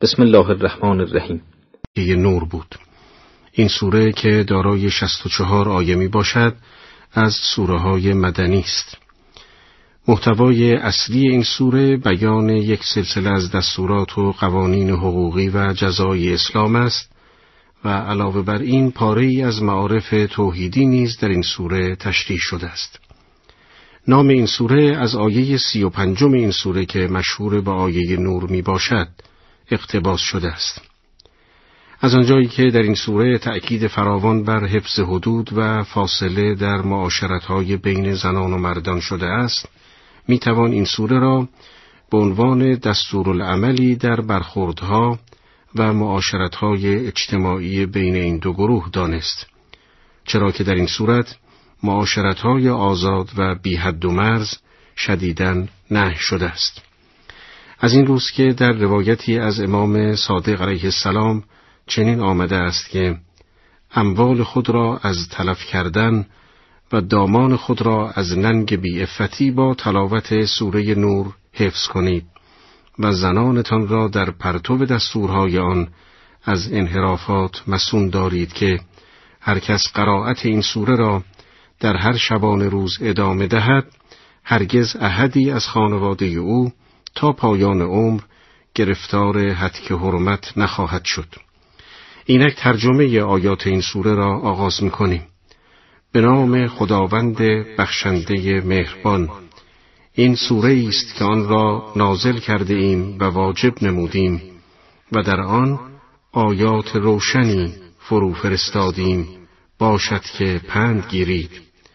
بسم الله الرحمن الرحیم. یه نور بود. این سوره که دارای 64 آیه می باشد از سوره های مدنی است. محتوای اصلی این سوره بیان یک سلسله از دستورات و قوانین حقوقی و جزایی اسلام است و علاوه بر این پاره‌ای از معارف توحیدی نیز در این سوره تشریح شده است. نام این سوره از آیه 35 این سوره که مشهور با آیه نور می باشد اقتباس شده است. از آنجایی که در این سوره تأکید فراوان بر حفظ حدود و فاصله در معاشرت‌های بین زنان و مردان شده است، می‌توان این سوره را به عنوان دستورالعملی در برخوردها و معاشرت‌های اجتماعی بین این دو گروه دانست، چرا که در این صورت معاشرت‌های آزاد و بی حد و مرز شدیداً نهی شده است. از این روز که در روایتی از امام صادق علیه السلام چنین آمده است که اموال خود را از تلف کردن و دامان خود را از ننگ بی‌عفتی با تلاوت سوره نور حفظ کنید و زنانتان را در پرتو دستورهای آن از انحرافات مصون دارید که هر کس قرائت این سوره را در هر شبانه روز ادامه دهد هرگز احدی از خانواده او تا پایان عمر گرفتار هتک حرمت نخواهد شد. اینک ترجمه آیات این سوره را آغاز می‌کنیم. به نام خداوند بخشنده مهربان. این سوره است که آن را نازل کرده ایم و واجب نمودیم و در آن آیات روشنی فرو فرستادیم باشد که پند گیرید.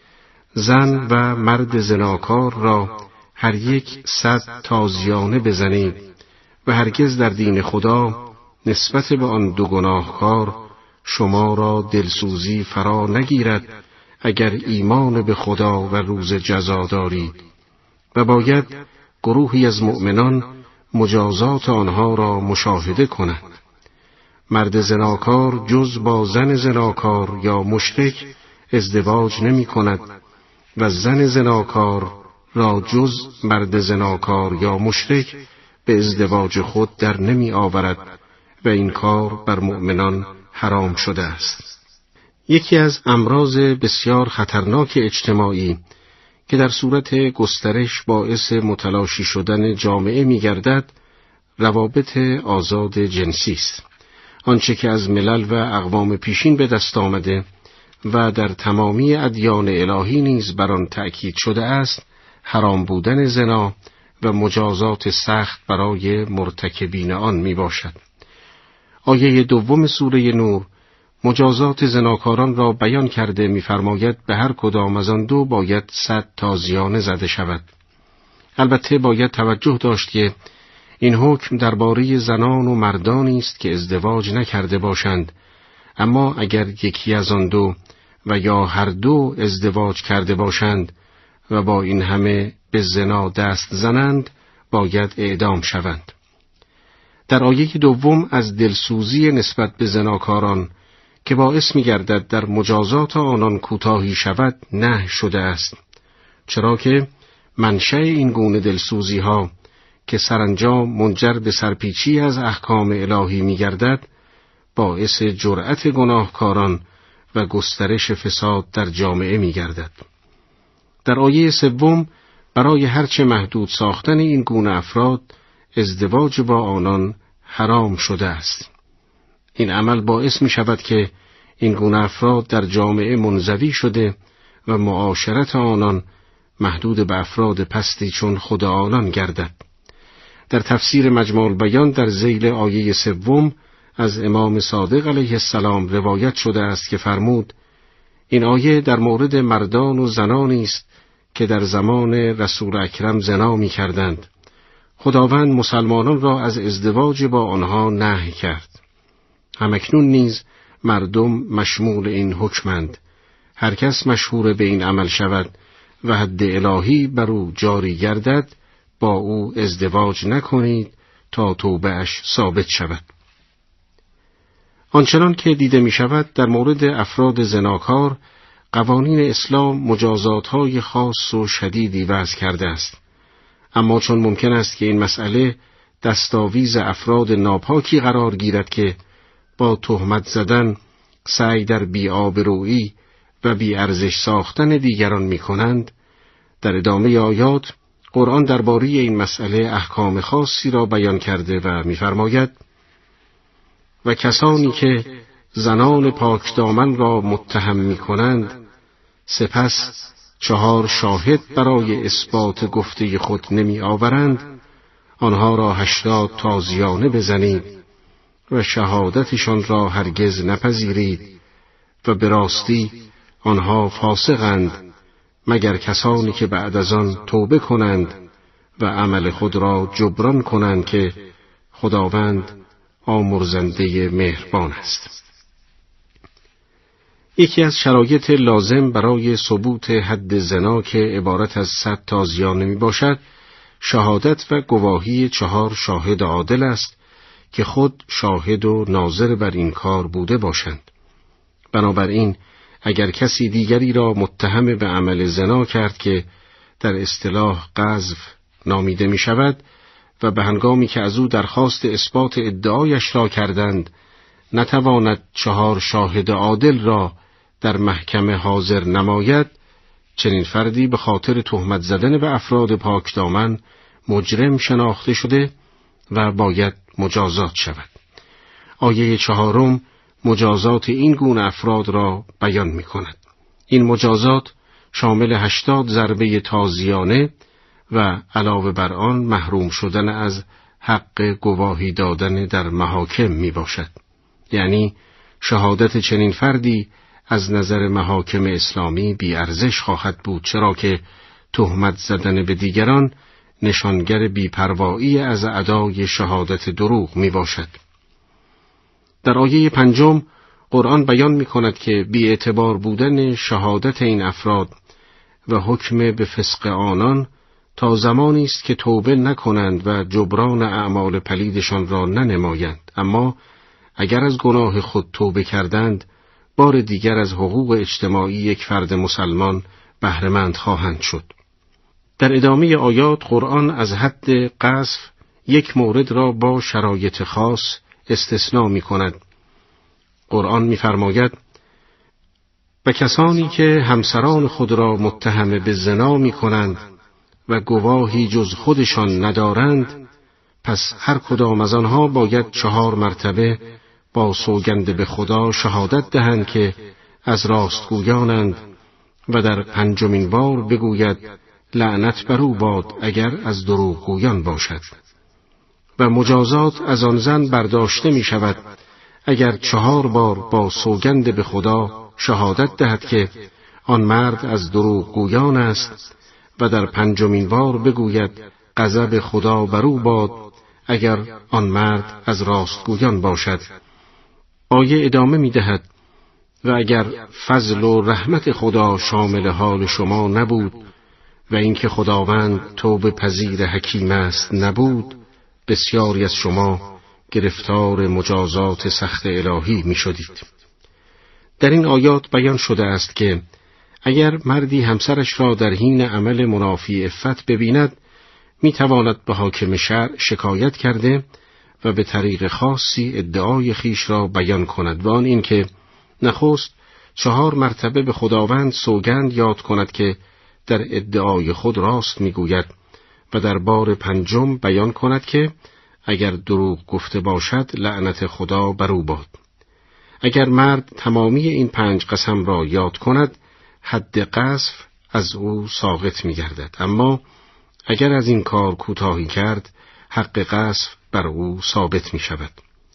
زن و مرد زناکار را هر یک 100 تازیانه بزنید و هرگز در دین خدا نسبت به آن دو گناهکار شما را دلسوزی فرا نگیرد اگر ایمان به خدا و روز جزا دارید و باید گروهی از مؤمنان مجازات آنها را مشاهده کنند. مرد زناکار جز با زن زناکار یا مشرک ازدواج نمی کند و زن زناکار را جز مرد زناکار یا مشرک به ازدواج خود در نمی آورد و این کار بر مؤمنان حرام شده است. یکی از امراض بسیار خطرناک اجتماعی که در صورت گسترش باعث متلاشی شدن جامعه می گردد روابط آزاد جنسی است. آنچه که از ملل و اقوام پیشین به دست آمده و در تمامی ادیان الهی نیز بر آن تأکید شده است حرام بودن زنا و مجازات سخت برای مرتکبین آن می باشد. آیه 2 سوره نور مجازات زناکاران را بیان کرده می‌فرماید به هر کدام از آن دو باید 100 تازیانه زده شود. البته باید توجه داشت که این حکم درباره زنان و مردانی است که ازدواج نکرده باشند، اما اگر یکی از آن دو و یا هر دو ازدواج کرده باشند و با این همه به زنا دست زنند باید اعدام شوند. در آیه 2 از دلسوزی نسبت به زناکاران که باعث می‌گردد در مجازات آنان کوتاهی شود نهی شده است، چرا که منشأ این گونه دلسوزی‌ها که سرانجام منجر به سرپیچی از احکام الهی می‌گردد باعث جرأت گناهکاران و گسترش فساد در جامعه می‌گردد. در آیه 3 برای هرچه محدود ساختن این گونه افراد ازدواج با آنان حرام شده است. این عمل باعث می شود که این گونه افراد در جامعه منزوی شده و معاشرت آنان محدود به افراد پستی چون خود آنان گردد. در تفسیر مجموع البیان در ذیل آیه 3 از امام صادق علیه السلام روایت شده است که فرمود این آیه در مورد مردان و زنانی است که در زمان رسول اکرم زنا می کردند. خداوند مسلمانان را از ازدواج با آنها نهی کرد. همکنون نیز مردم مشمول این حکمند. هر کس مشهور به این عمل شود و حد الهی بر او جاری گردد با او ازدواج نکنید تا توبه‌اش ثابت شود. آنچنان که دیده می شود در مورد افراد زناکار قوانین اسلام مجازات‌های خاص و شدیدی وضع کرده است. اما چون ممکن است که این مسئله دستاویز افراد ناپاکی قرار گیرد که با تهمت زدن، سعی در بی‌آبرویی و بی‌ارزش ساختن دیگران می‌کنند، در ادامه آیات قرآن درباره این مسئله احکام خاصی را بیان کرده و می‌فرماید: و کسانی که زنان پاکدامن را متهم می‌کنند، سپس 4 شاهد برای اثبات گفته خود نمی‌آورند، آنها را 80 تازیانه بزنید و شهادتشان را هرگز نپذیرید و به راستی آنها فاسقند، مگر کسانی که بعد از آن توبه کنند و عمل خود را جبران کنند که خداوند آمرزنده مهربان است. یکی از شرایط لازم برای ثبوت حد زنا که عبارت از 100 تازیانه می باشد، شهادت و گواهی 4 شاهد عادل است که خود شاهد و ناظر بر این کار بوده باشند. بنابراین اگر کسی دیگری را متهم به عمل زنا کرد که در اصطلاح قذف نامیده می شود و به هنگامی که از او درخواست اثبات ادعایش را کردند نتواند 4 شاهد عادل را در محکمه حاضر نماید، چنین فردی به خاطر تهمت زدن به افراد پاکدامن مجرم شناخته شده و باید مجازات شود. آیه 4 مجازات این گونه افراد را بیان می کند. این مجازات شامل 80 ضربه تازیانه و علاوه بر آن محروم شدن از حق گواهی دادن در محاکم می باشد. یعنی شهادت چنین فردی از نظر محاکم اسلامی بی ارزش خواهد بود، چرا که تهمت زدن به دیگران نشانگر بی‌پروایی از ادای شهادت دروغ می باشد. در آیه 5 قرآن بیان می کند که بی‌اعتبار بودن شهادت این افراد و حکم به فسق آنان تا زمانی است که توبه نکنند و جبران اعمال پلیدشان را ننمایند، اما اگر از گناه خود توبه کردند بار دیگر از حقوق اجتماعی یک فرد مسلمان بهره‌مند خواهند شد. در ادامه آیات قرآن از حد قذف یک مورد را با شرایط خاص استثناء می کند. قرآن می فرماید: و کسانی که همسران خود را متهم به زنا می کنند و گواهی جز خودشان ندارند، پس هر کدام از آنها باید 4 مرتبه با سوگند به خدا شهادت دهند که از راستگویانند و در 5مین بار بگوید لعنت بر او باد اگر از دروغگویان باشد. و مجازات از آن زن برداشته می شود اگر 4 بار با سوگند به خدا شهادت دهد که آن مرد از دروغگویان است و در 5مین بار بگوید غضب خدا بر او باد اگر آن مرد از راستگویان باشد. آیه ادامه می دهد: و اگر فضل و رحمت خدا شامل حال شما نبود و اینکه خداوند توبه پذیر حکیم است نبود، بسیاری از شما گرفتار مجازات سخت الهی می شدید. در این آیات بیان شده است که اگر مردی همسرش را در حین عمل منافی عفت ببیند، می تواند به حاکم شرع شکایت کرده و به طریق خاصی ادعای خیش را بیان کند و آن این که نخست 4 مرتبه به خداوند سوگند یاد کند که در ادعای خود راست میگوید و در بار 5 بیان کند که اگر دروغ گفته باشد لعنت خدا بر او باد. اگر مرد تمامی این 5 قسم را یاد کند، حد قذف از او ساقط می‌گردد، اما اگر از این کار کوتاهی کرد، حق قذف بر او ثابت می‌شود.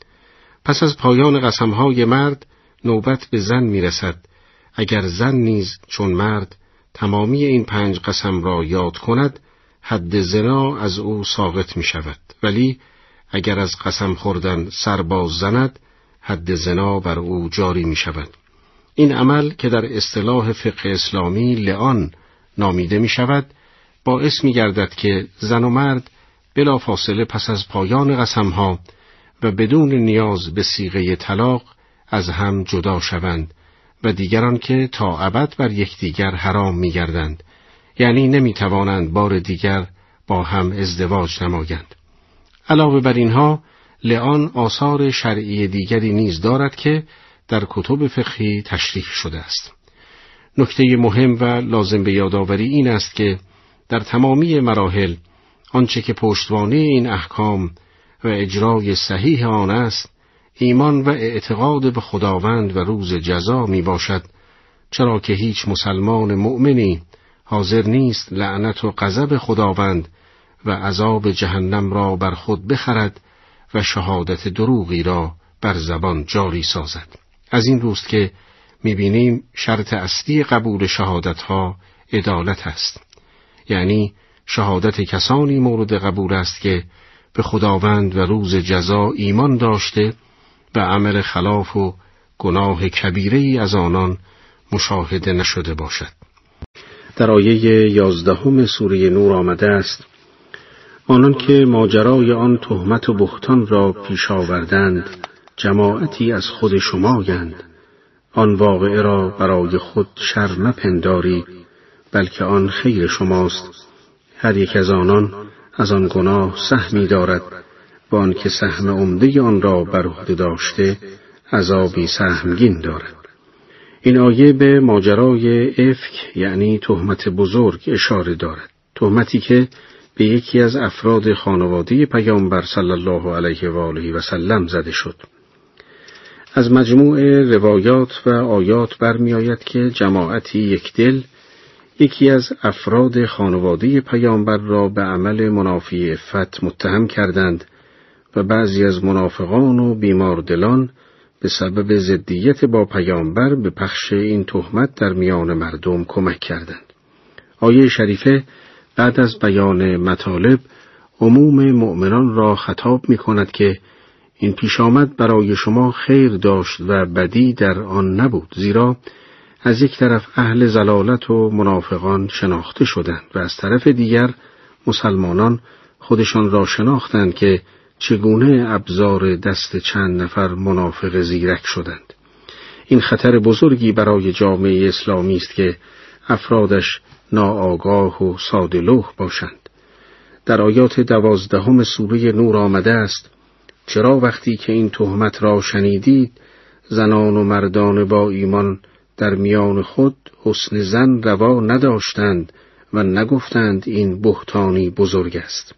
پس از پایان قسم‌های مرد نوبت به زن می‌رسد. اگر زن نیز چون مرد تمامی این 5 قسم را یاد کند، حد زنا از او ساقط می‌شود، ولی اگر از قسم خوردن سرباز زند، حد زنا بر او جاری می‌شود. این عمل که در اصطلاح فقه اسلامی لعان نامیده می‌شود، باعث می‌گردد که زن و مرد بلافاصله پس از پایان قسم‌ها و بدون نیاز به صیغه طلاق از هم جدا شوند و دیگران که تا ابد بر یکدیگر حرام می‌گردند، یعنی نمی‌توانند بار دیگر با هم ازدواج نمایند. علاوه بر اینها لعان آثار شرعی دیگری نیز دارد که در کتب فقهی تشریح شده است. نکته مهم و لازم به یادآوری این است که در تمامی مراحل آنچه که پشتوانه این احکام و اجرای صحیح آن است ایمان و اعتقاد به خداوند و روز جزا می باشد، چرا که هیچ مسلمان مؤمنی حاضر نیست لعنت و غضب خداوند و عذاب جهنم را بر خود بخرد و شهادت دروغی را بر زبان جاری سازد. از این روست که می‌بینیم شرط اصلی قبول شهادت‌ها عدالت است، یعنی شهادت کسانی مورد قبول است که به خداوند و روز جزا ایمان داشته و عمل خلاف و گناه کبیره‌ای از آنان مشاهده نشده باشد. در آیه 11 سوره نور آمده است: آنان که ماجرای آن تهمت و بهتان را پیش آوردند جماعتی از خود شمایند، آن واقعه را برای خود شر مپندارید، بلکه آن خیر شماست. هر یک از آنان از آن گناه سهمی دارد و آن که سهم عمده آن را بر عهده داشته عذابی سهمگین دارد. این آیه به ماجرای افک یعنی تهمت بزرگ اشاره دارد، تهمتی که به یکی از افراد خانواده پیامبر صلی الله علیه و آله و سلم زده شد. از مجموع روایات و آیات برمی آید که جماعتی یک دل یکی از افراد خانواده پیامبر را به عمل منافی عفت متهم کردند و بعضی از منافقان و بیماردلان به سبب ضدیت با پیامبر به پخش این تهمت در میان مردم کمک کردند. آیه شریفه بعد از بیان مطالب عموم مؤمنان را خطاب می کند که این پیش آمد برای شما خیر داشت و بدی در آن نبود، زیرا از یک طرف اهل ضلالت و منافقان شناخته شدند و از طرف دیگر مسلمانان خودشان را شناختند که چگونه ابزار دست چند نفر منافق زیرک شدند. این خطر بزرگی برای جامعه اسلامی است که افرادش ناآگاه و ساده‌لوح باشند. در آیات 12 سوره نور آمده است: چرا وقتی که این تهمت را شنیدید زنان و مردان با ایمان در میان خود حسن زن روا نداشتند و نگفتند این بهتانی بزرگ است.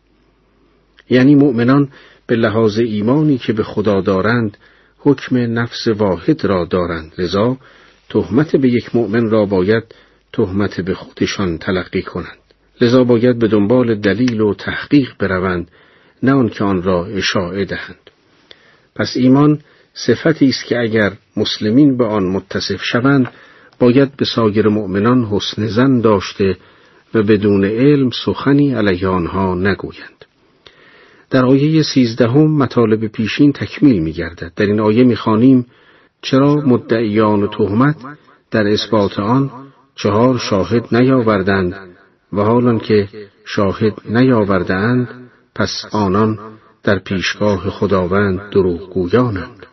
یعنی مؤمنان به لحاظ ایمانی که به خدا دارند حکم نفس واحد را دارند، لذا تهمت به یک مؤمن را باید تهمت به خودشان تلقی کنند، لذا باید به دنبال دلیل و تحقیق بروند، نه آنکه آن را اشاعه دهند. پس ایمان صفتی است که اگر مسلمین به آن متصف شوند باید به سایر مؤمنان حسن ظن داشته و بدون علم سخنی علیه آنها نگویند. در آیه 13 مطالب پیشین تکمیل می گردد. در این آیه می خوانیم: چرا مدعیان تهمت در اثبات آن 4 شاهد نیاوردند و حالان که شاهد نیاوردند پس آنان در پیشگاه خداوند دروغگویانند.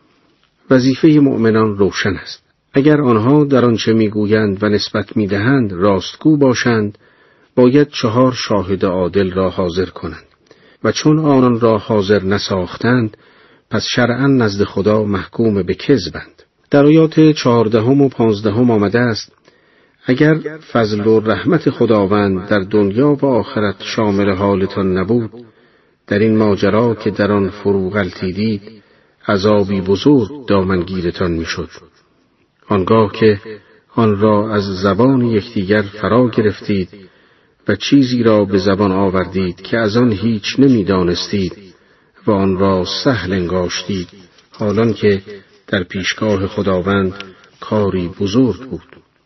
وظیفه مؤمنان روشن است. اگر آنها در آنچه میگویند و نسبت میدهند راستگو باشند باید 4 شاهد عادل را حاضر کنند و چون آنان را حاضر نساختند پس شرعاً نزد خدا محکوم به کذبند. در آیات 14 و 15 آمده است: اگر فضل و رحمت خداوند در دنیا و آخرت شامل حالتان نبود، در این ماجرا که در آن فرو غلطیدید عذابی بزرگ دامنگیرتان میشد. آنگاه که آن را از زبان یکدیگر فرا گرفتید و چیزی را به زبان آوردید که از آن هیچ نمیدانستید و آن را سهل انگاشتید، حالان که در پیشگاه خداوند کاری بزرگ بود.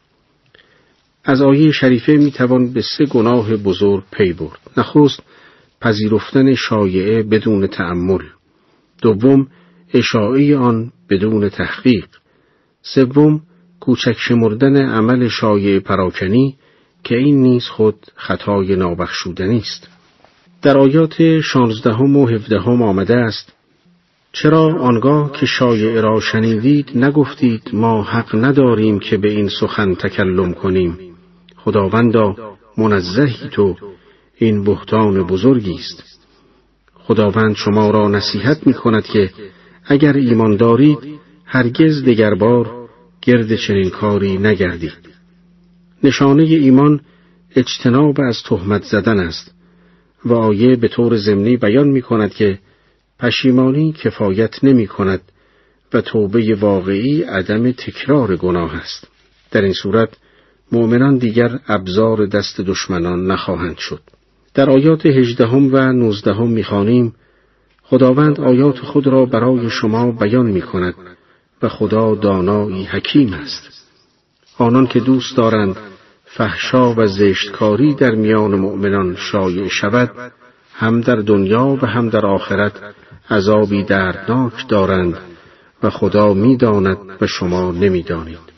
از آیه شریفه میتوان به 3 گناه بزرگ پی برد. نخست پذیرفتن شایعه بدون تأمل، دوم اشاعه آن بدون تحقیق، سوم کوچک شمردن عمل شایعه پراکنی که این نیز خود خطای نابخشودنی است. در آیات 16 و 17 آمده است: چرا آنگاه که شایعه را شنیدید نگفتید ما حق نداریم که به این سخن تکلم کنیم؟ خداوندا منزهی تو، این بهتان بزرگی است. خداوند شما را نصیحت می کند که اگر ایمان دارید هرگز دگربار گرد چنین کاری نگردید. نشانه ایمان اجتناب از تهمت زدن است و آیه به طور ضمنی بیان می کند که پشیمانی کفایت نمی کند و توبه واقعی عدم تکرار گناه است. در این صورت مؤمنان دیگر ابزار دست دشمنان نخواهند شد. در آیات 18 و 19 می‌خوانیم خداوند آیات خود را برای شما بیان می‌کند و خدا دانایی حکیم است. آنان که دوست دارند فحشا و زشتکاری در میان مؤمنان شایع شود، هم در دنیا و هم در آخرت عذابی دردناک دارند و خدا می‌داند و شما نمی‌دانید.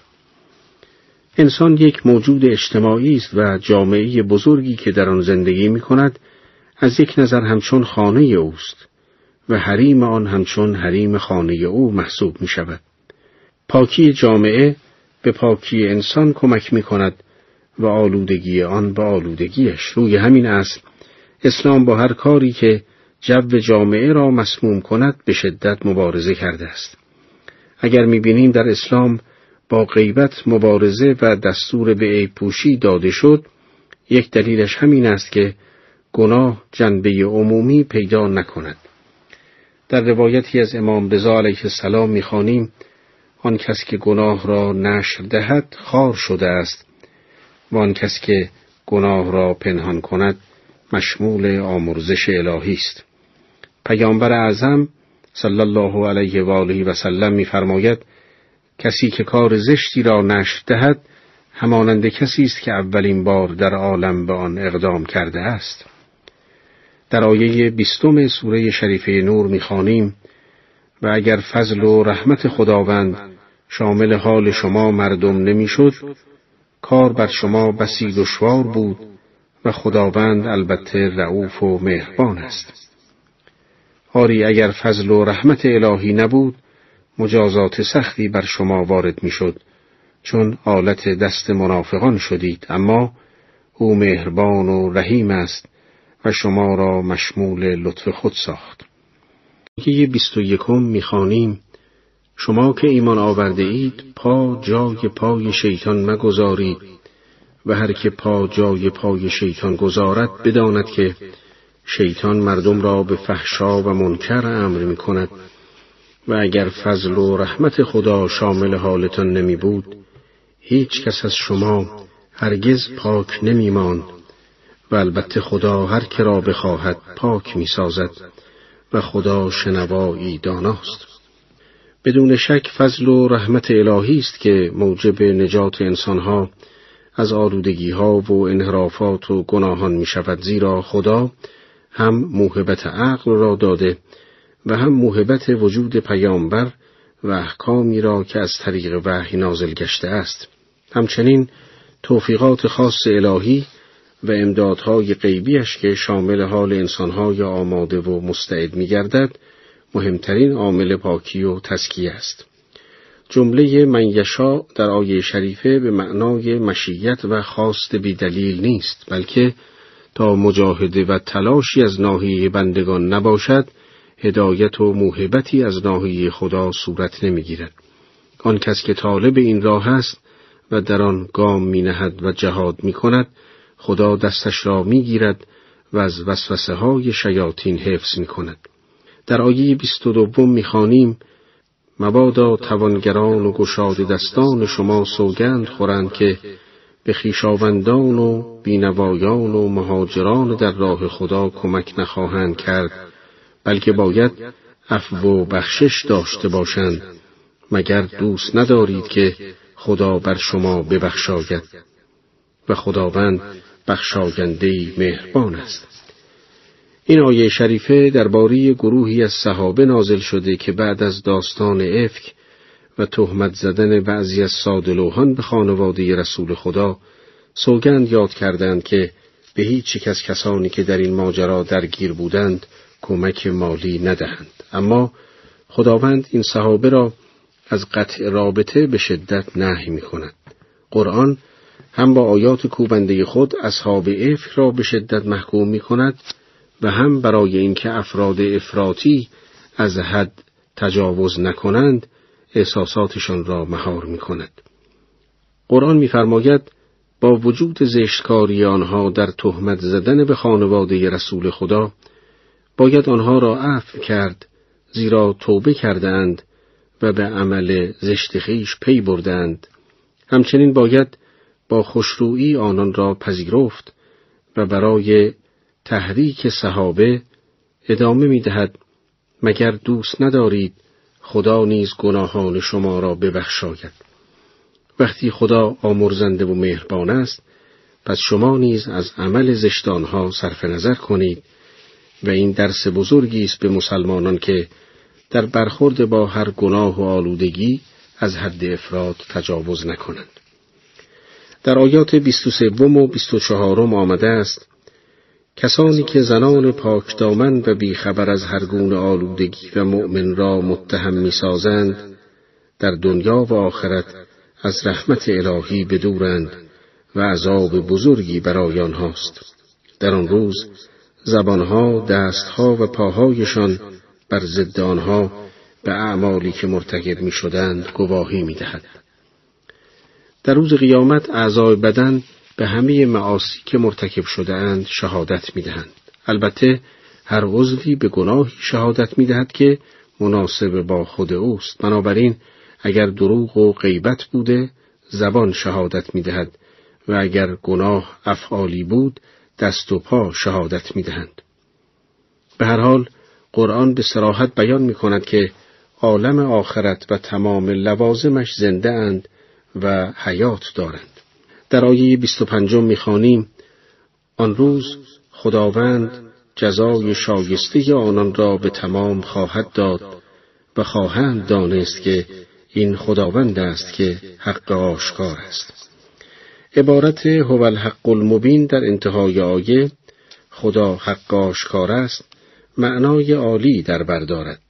انسان یک موجود اجتماعی است و جامعه بزرگی که در آن زندگی می‌کند از یک نظر همچون خانه اوست و حریم آن همچون حریم خانه او محسوب می‌شود. پاکی جامعه به پاکی انسان کمک می‌کند و آلودگی آن به آلودگیش. روی همین اصل اسلام با هر کاری که جو جامعه را مسموم کند به شدت مبارزه کرده است. اگر می‌بینیم در اسلام با غیبت مبارزه و دستور به عیب پوشی داده شد، یک دلیلش همین است که گناه جنبه عمومی پیدا نکند. در روایتی از امام رضا علیه السلام می‌خوانیم آن کس که گناه را نشر دهد خار شده است و آن کس که گناه را پنهان کند مشمول آمرزش الهی است. پیامبر اعظم صلی الله علیه و آله و سلم می‌فرماید کسی که کار زشتی را نشر دهد همانند کسی است که اولین بار در عالم به آن اقدام کرده است. در آیه 20 سوره شریفه نور می‌خوانیم و اگر فضل و رحمت خداوند شامل حال شما مردم نمی‌شد کار بر شما بسی دشوار بود و خداوند البته رئوف و مهربان است. آری اگر فضل و رحمت الهی نبود مجازات سختی بر شما وارد می‌شد، چون آلت دست منافقان شدید، اما او مهربان و رحیم است و شما را مشمول لطف خود ساخت. آیه 21 می‌خوانیم شما که ایمان آورده اید پا جای پای شیطان مگذارید و هر که پا جای پای شیطان گذارد بداند که شیطان مردم را به فحشا و منکر امر می‌کند و اگر فضل و رحمت خدا شامل حالتان نمی بود هیچ کس از شما هرگز پاک نمی ماند و البته خدا هر که را بخواهد پاک می سازد و خدا شنوایی داناست. بدون شک فضل و رحمت الهی است که موجب نجات انسانها از آلودگی‌ها و انحرافات و گناهان می شود، زیرا خدا هم موهبت عقل را داده و هم موهبت وجود پیامبر و احکامی را که از طریق وحی نازل گشته است. همچنین توفیقات خاص الهی و امدادهای غیبیش که شامل حال انسانهای آماده و مستعد می‌گردد مهمترین عامل پاکی و تزکیه است. جمله من یشاء در آیه شریفه به معنای مشیت و خواست بی دلیل نیست، بلکه تا مجاهده و تلاشی از ناحیه بندگان نباشد هدایت و موهبتی از ناحیه خدا صورت نمی‌گیرد. آن کس که طالب این راه است و در آن گام می‌نهد و جهاد می‌کند خدا دستش را می‌گیرد و از وسوسه‌های شیاطین حفظ می‌کند. در آیه 22 می‌خوانیم مبادا توانگران و گشاده دستان شما سوگند خورند که به خویشاوندان و بینوایان و مهاجران در راه خدا کمک نخواهند کرد، بلکه باید عفو و بخشش داشته باشند، مگر دوست ندارید که خدا بر شما ببخشاید و خداوند بخشاینده‌ای مهربان است. این آیه شریفه درباره گروهی از صحابه نازل شده که بعد از داستان افک و تهمت زدن بعضی از ساده‌لوحان به خانواده رسول خدا سوگند یاد کردند که به هیچ یک از کسانی که در این ماجرا درگیر بودند کمک مالی ندهند. اما خداوند این صحابه را از قطع رابطه به شدت نهی می‌کند. قرآن هم با آیات کوبنده خود اصحاب افک را به شدت محکوم می‌کند و هم برای اینکه افراد افراطی از حد تجاوز نکنند احساساتشان را مهار می‌کند. قرآن می‌فرماید با وجود زشتکاری آنها در تهمت زدن به خانواده رسول خدا باید آنها را عفو کرد، زیرا توبه کردند و به عمل زشت خویش پی بردند. همچنین باید با خوشرویی آنان را پذیرفت و برای تحریک صحابه ادامه می‌دهد مگر دوست ندارید خدا نیز گناهان شما را ببخشاید. وقتی خدا آمرزنده و مهربان است، پس شما نیز از عمل زشت آنها صرف نظر کنید و این درس بزرگی است به مسلمانان که در برخورد با هر گناه و آلودگی از حد افراط تجاوز نکنند. در آیات 23 و 24 آمده است کسانی که زنان پاکدامن و بیخبر از هر گونه آلودگی و مؤمن را متهم می‌سازند در دنیا و آخرت از رحمت الهی بدورند و عذاب بزرگی برای آنهاست. در آن روز زبانها، دستها و پاهایشان بر ضد آنها به اعمالی که مرتکب می‌شدند گواهی می‌دهد. در روز قیامت اعضای بدن به همه معاصی که مرتکب شده‌اند شهادت می‌دهند. البته هر عضوی به گناهی شهادت می‌دهد که مناسب با خود اوست. بنابراین اگر دروغ و غیبت بوده زبان شهادت می‌دهد و اگر گناه افعالی بود دست و پا شهادت می‌دهند. به هر حال قرآن به صراحت بیان می‌کند که عالم آخرت و تمام لوازمش زنده اند و حیات دارند. در آیه 25 می‌خوانیم آن روز خداوند جزای شایسته آنان را به تمام خواهد داد و خواهند دانست که این خداوند است که حق آشکار است. عبارت هو الحق المبین در انتهای آیه خدا حق آشکار است معنای عالی در بر دارد.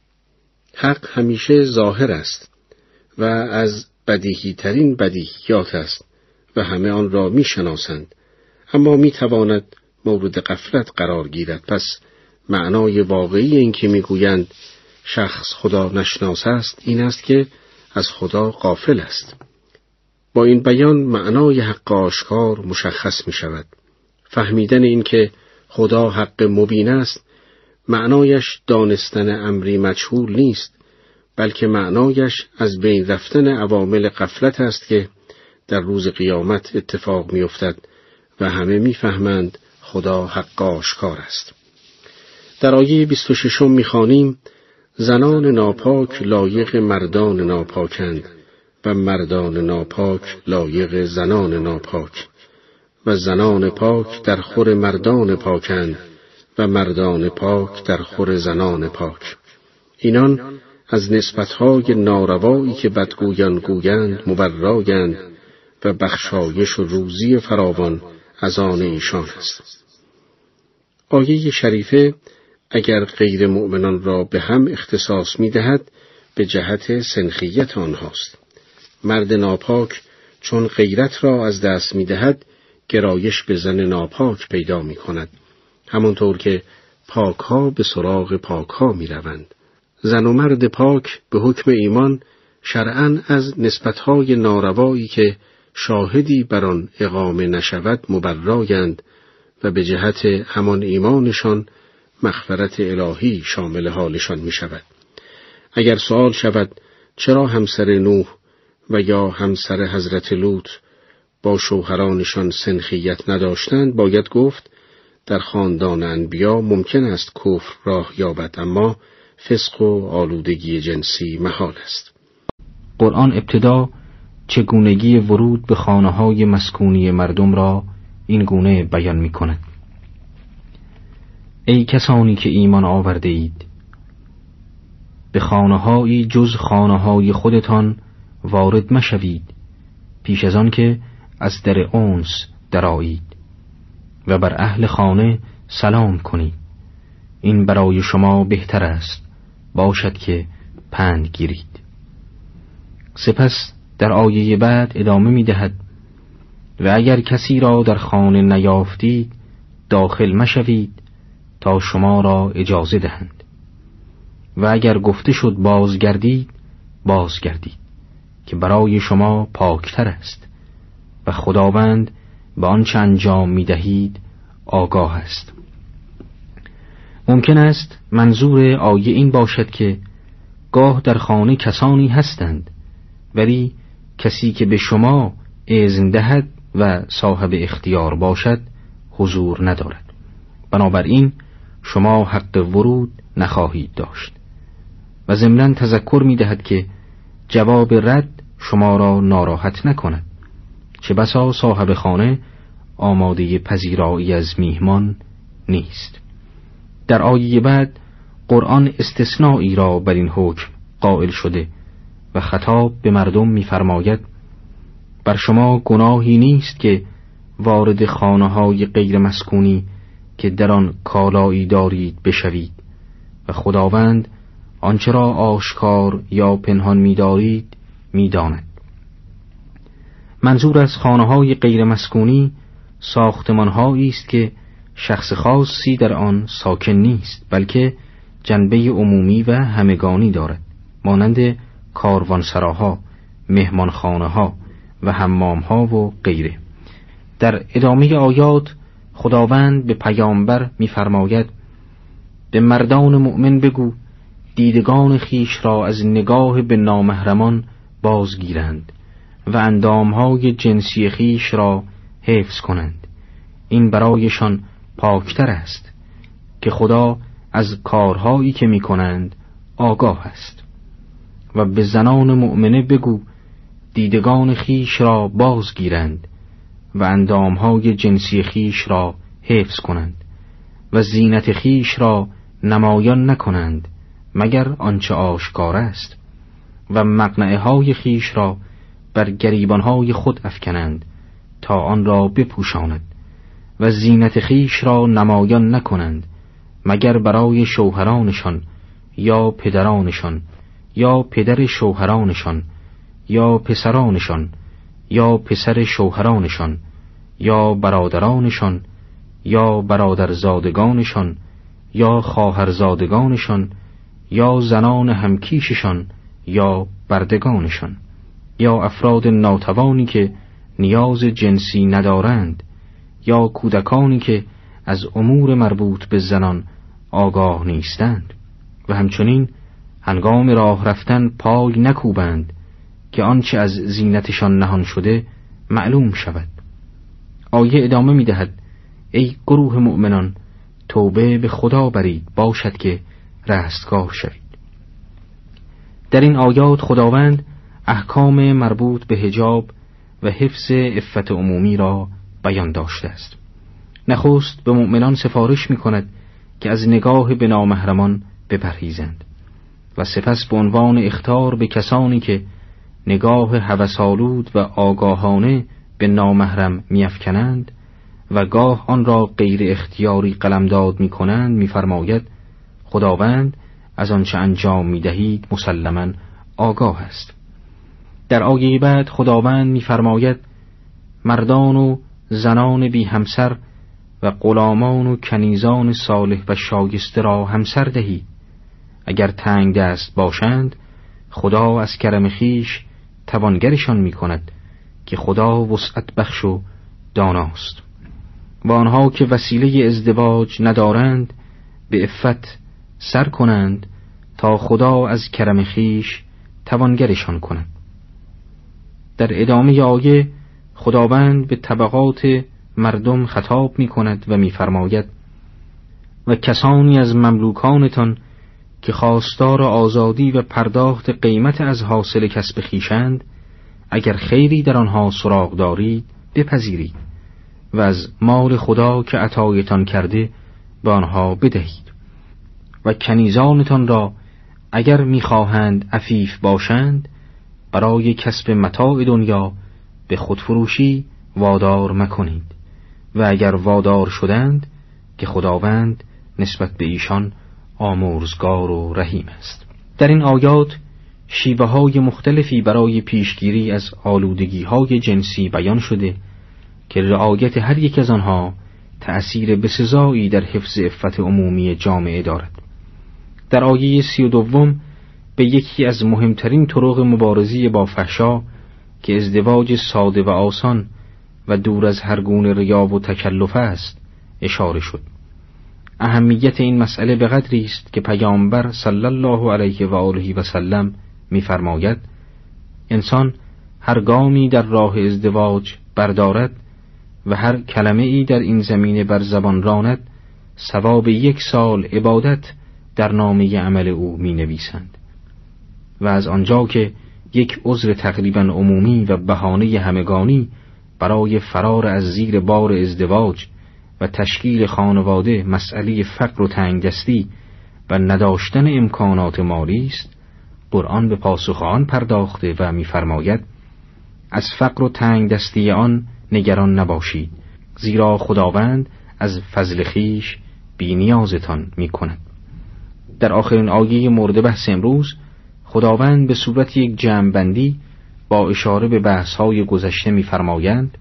حق همیشه ظاهر است و از بدیهی ترین بدیهیات است و همه آن را می شناسند، اما می تواند مورد غفلت قرار گیرد. پس معنای واقعی این که می گویند شخص خدا نشناس است این است که از خدا غافل است. با این بیان معنای حق آشکار مشخص می شود. فهمیدن این که خدا حق مبین است معنایش دانستن امری مجهول نیست، بلکه معنایش از بین رفتن عوامل غفلت است که در روز قیامت اتفاق می افتد و همه می فهمند خدا حق آشکار است. در آیه 26 می خوانیم زنان ناپاک لایق مردان ناپاکند و مردان ناپاک لایق زنان ناپاک و زنان پاک در خور مردان پاکند و مردان پاک در خور زنان پاک. اینان از نسبتهای ناروایی که بدگویان گویند مبرایند و بخشایش و روزی فراوان از آن ایشان است. آیه شریفه اگر غیر مؤمنان را به هم اختصاص می دهد به جهت سنخیت آنهاست. مرد ناپاک چون غیرت را از دست می دهد گرایش به زن ناپاک پیدا می کند، همانطور که پاک ها به سراغ پاک ها می روند. زن و مرد پاک به حکم ایمان شرعاً از نسبتهای ناروایی که شاهدی بر آن اقامه نشود مبرایند و به جهت همان ایمانشان مغفرت الهی شامل حالشان می شود. اگر سوال شود چرا همسر نوح و یا همسر حضرت لوط با شوهرانشان سنخیت نداشتند، باید گفت در خاندان انبیا ممکن است کفر راه یابد، اما فسق و آلودگی جنسی محال است. قرآن ابتدا چگونگی ورود به خانه‌های مسکونی مردم را این گونه بیان می کند: ای کسانی که ایمان آورده اید، به خانه‌هایی جز خانه‌های خودتان وارد مشوید پیش از آن که از در انس درآیید و بر اهل خانه سلام کنید. این برای شما بهتر است، باشد که پند گیرید. سپس در آیه بعد ادامه می دهد و اگر کسی را در خانه نیافتید داخل مشوید تا شما را اجازه دهند. و اگر گفته شد بازگردید، بازگردید که برای شما پاکتر است و خداوند به آنچه انجام می‌دهید آگاه است. ممکن است منظور آیه این باشد که گاه در خانه کسانی هستند، ولی کسی که به شما اذن دهد و صاحب اختیار باشد حضور ندارد. بنابراین شما حق ورود نخواهید داشت. و ضمناً تذکر می‌دهد که جواب رد شما را ناراحت نکند، چه بسا صاحب خانه آماده پذیرایی از میهمان نیست. در آیه بعد قرآن استثنایی را بر این حکم قائل شده و خطاب به مردم می‌فرماید: بر شما گناهی نیست که وارد خانه‌های غیر مسکونی که در آن کالایی دارید بشوید و خداوند آنچه را آشکار یا پنهان می‌دارید می‌داند. منظور از خانه‌های غیر مسکونی ساختمان‌هایی است که شخص خاصی در آن ساکن نیست، بلکه جنبه عمومی و همگانی دارد، مانند کاروانسراها، مهمانخانه‌ها و حمام‌ها و غیره. در ادامه آیات خداوند به پیامبر می‌فرماید: به مردان مؤمن بگو دیدگان خیش را از نگاه به نامحرمان بازگیرند و اندامهای جنسی خیش را حفظ کنند. این برایشان پاکتر است که خدا از کارهایی که می کنند آگاه است. و به زنان مؤمنه بگو دیدگان خیش را بازگیرند و اندامهای جنسی خیش را حفظ کنند و زینت خیش را نمایان نکنند مگر آنچه آشکار است و مقنعه های خیش را بر گریبانهای خود افکنند تا آن را بپوشاند و زینت خیش را نمایان نکنند مگر برای شوهرانشان یا پدرانشان یا پدر شوهرانشان یا پسرانشان یا پسر شوهرانشان یا برادرانشان یا برادرزادگانشان یا خواهرزادگانشان یا زنان همکیششان یا بردگانشان یا افراد ناتوانی که نیاز جنسی ندارند یا کودکانی که از امور مربوط به زنان آگاه نیستند و همچنین هنگام راه رفتن پای نکوبند که آنچه از زینتشان نهان شده معلوم شود. آیه ادامه می دهد: ای گروه مؤمنان توبه به خدا برید باشد که رستگار شوید. در این آیات خداوند احکام مربوط به حجاب و حفظ عفت عمومی را بیان داشته است. نخست به مؤمنان سفارش می کند که از نگاه به نامحرمان بپرهیزند و سپس به عنوان اخطار به کسانی که نگاه هوس‌آلود و آگاهانه به نامحرم می‌افکنند و گاه آن را غیر اختیاری قلمداد می‌کنند می‌فرماید: خداوند از آنچه انجام می‌دهید مسلماً آگاه است. در آیه بعد خداوند می‌فرماید: مردان و زنان بی همسر و غلامان و کنیزان صالح و شایسته را همسر دهید. اگر تنگ دست باشند خدا از کرم خیش توانگرشان می کند که خدا وسعت بخش و داناست. و آنها که وسیله ازدواج ندارند به عفت سر کنند تا خدا از کرم خیش توانگرشان کند. در ادامه آیه خداوند به طبقات مردم خطاب می کند و می فرماید: و کسانی از مملوکانتان که خواستار آزادی و پرداخت قیمت از حاصل کسب خویشند، اگر خیری در آنها سراغ دارید بپذیرید و از مال خدا که عطایتان کرده به آنها بدهید. و کنیزانتان را اگر می‌خواهند عفیف باشند برای کسب متاع دنیا به خودفروشی وادار مکنید و اگر وادار شدند که خداوند نسبت به ایشان آمرزگار و رحیم است. در این آیات شیوه‌های مختلفی برای پیشگیری از آلودگی‌های جنسی بیان شده که رعایت هر یک از آنها تأثیر بسزایی در حفظ عفت عمومی جامعه دارد. در آیه 32 به یکی از مهمترین طرق مبارزی با فحشا که ازدواج ساده و آسان و دور از هر گونه ریا و تکلف است اشاره شد. اهمیت این مسئله به قدری است که پیامبر صلی الله علیه و آله و سلم می‌فرماید انسان هر گامی در راه ازدواج بردارد و هر کلمه ای در این زمینه بر زبان راند ثواب 1 سال عبادت در نامه عمل او می‌نویسند. و از آنجا که یک عذر تقریبا عمومی و بهانه همگانی برای فرار از زیر بار ازدواج و تشکیل خانواده مسئله فقر و تنگدستی و نداشتن امکانات مالی است، قرآن به پاسخ آن پرداخته و می‌فرماید از فقر و تنگدستی آن نگران نباشید، زیرا خداوند از فضل خویش بی‌نیازتان می‌کند. در آخرین آیه مورد بحث امروز خداوند به صورت یک جمع‌بندی با اشاره به بحث‌های گذشته می‌فرمایند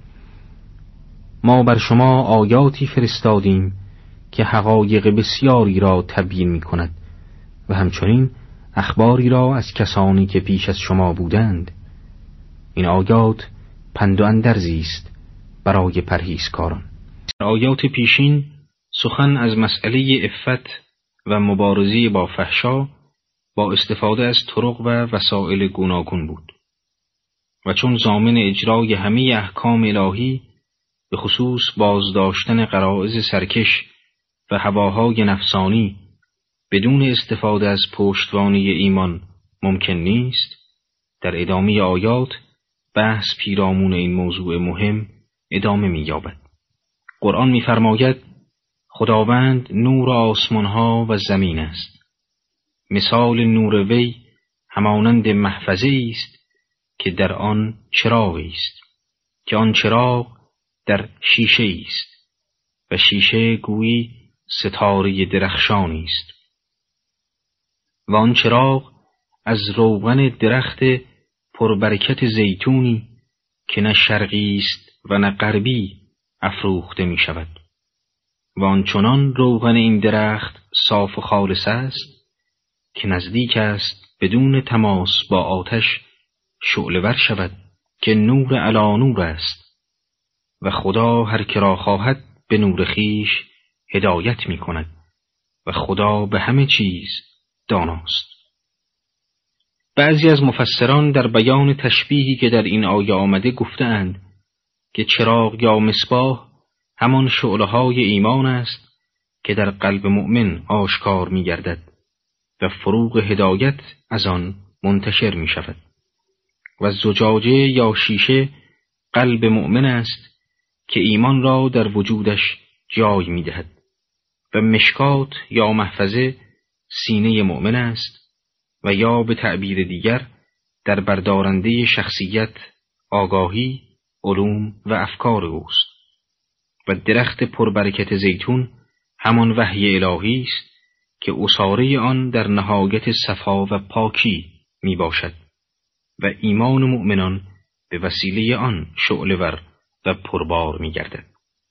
ما بر شما آیاتی فرستادیم که حقایق بسیاری را تبیین می‌کند و همچنین اخباری را از کسانی که پیش از شما بودند. این آیات پند و اندرزی است برای پرهیزکاران. در آیات پیشین سخن از مسئله عفت و مبارزه با فحشا با استفاده از طرق و وسایل گوناگون بود و چون ضامن اجرای همه احکام الهی به خصوص بازداشتن غرایز سرکش و هواهای نفسانی بدون استفاده از پشتوانه ایمان ممکن نیست، در ادامه آیات بحث پیرامون این موضوع مهم ادامه می‌یابد. قرآن می‌فرماید خداوند نور آسمان‌ها و زمین است. مثال نور وی همانند محفظه‌ای است که در آن چراغی است که آن چراغ در شیشه است و شیشه گویی ستاره درخشانی است و آن چراغ از روغن درخت پربرکت زیتونی که نه شرقی است و نه غربی افروخته می شود و آنچنان روغن این درخت صاف و خالص است که نزدیک است بدون تماس با آتش شعله‌ور شود که نور علی نور است و خدا هر که را خواهد به نور خویش هدایت می کند و خدا به همه چیز داناست. بعضی از مفسران در بیان تشبیهی که در این آیه آمده گفتند که چراغ یا مصباح همان شعله‌های ایمان است که در قلب مؤمن آشکار می گردد و فروغ هدایت از آن منتشر می شود و زجاجه یا شیشه قلب مؤمن است که ایمان را در وجودش جای می دهد و مشکات یا محفظه سینه مؤمن است و یا به تعبیر دیگر در بردارنده شخصیت، آگاهی، علوم و افکار اوست و درخت پربرکت زیتون همان وحی الهی است که عصاره آن در نهایت صفا و پاکی می باشد و ایمان مؤمنان به وسیله آن شعله‌ور و پربار می گردد.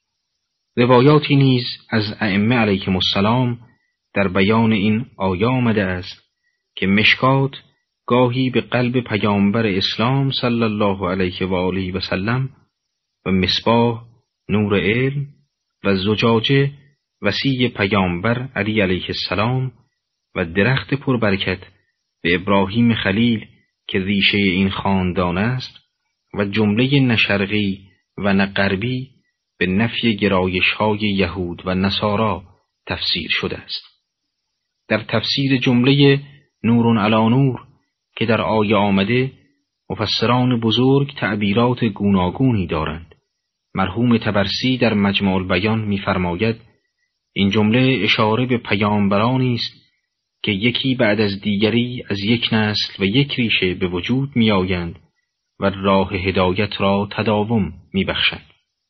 روایاتی نیز از ائمه علیهم السلام در بیان این آیه آمده است که مشکات گاهی به قلب پیامبر اسلام صلی الله علیه و آله و سلم و مصباح نور علم و زجاجه وصی پیامبر علی علیه السلام و درخت پربرکت به ابراهیم خلیل که ریشه این خاندان است و جمله نه شرقی و نه غربی به نفی گرایش‌های یهود و نصارا تفسیر شده است. در تفسیر جمله نور علی نور که در آیه آمده مفسران بزرگ تعبیرات گوناگونی دارند. مرحوم طبرسی در مجمع البیان می‌فرماید این جمله اشاره به پیامبرانی است که یکی بعد از دیگری از یک نسل و یک ریشه به وجود می‌آیند و راه هدایت را تداوم می‌بخشند.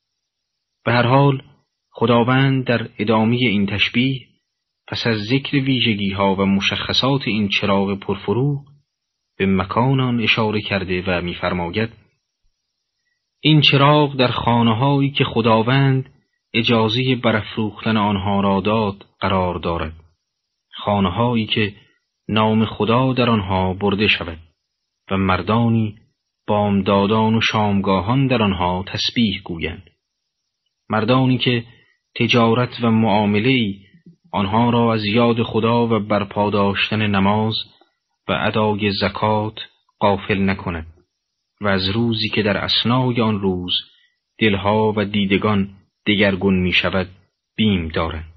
به هر حال خداوند در ادامه این تشبیه پس از ذکر ویژگی‌ها و مشخصات این چراغ پرفروغ به مکان آن اشاره کرده و می‌فرماید این چراغ در خانه‌هایی که خداوند اجازه برافروختن آنها را داد قرار دارد، خانه‌هایی که نام خدا در آنها برده شود و مردانی بامدادان و شامگاهان در آنها تسبیح گویند، مردانی که تجارت و معامله‌ای آنها را از یاد خدا و برپا داشتن نماز و ادای زکات غافل نکند و از روزی که در اثنای آن روز دلها و دیدگان دگرگون می شود بیم دارند.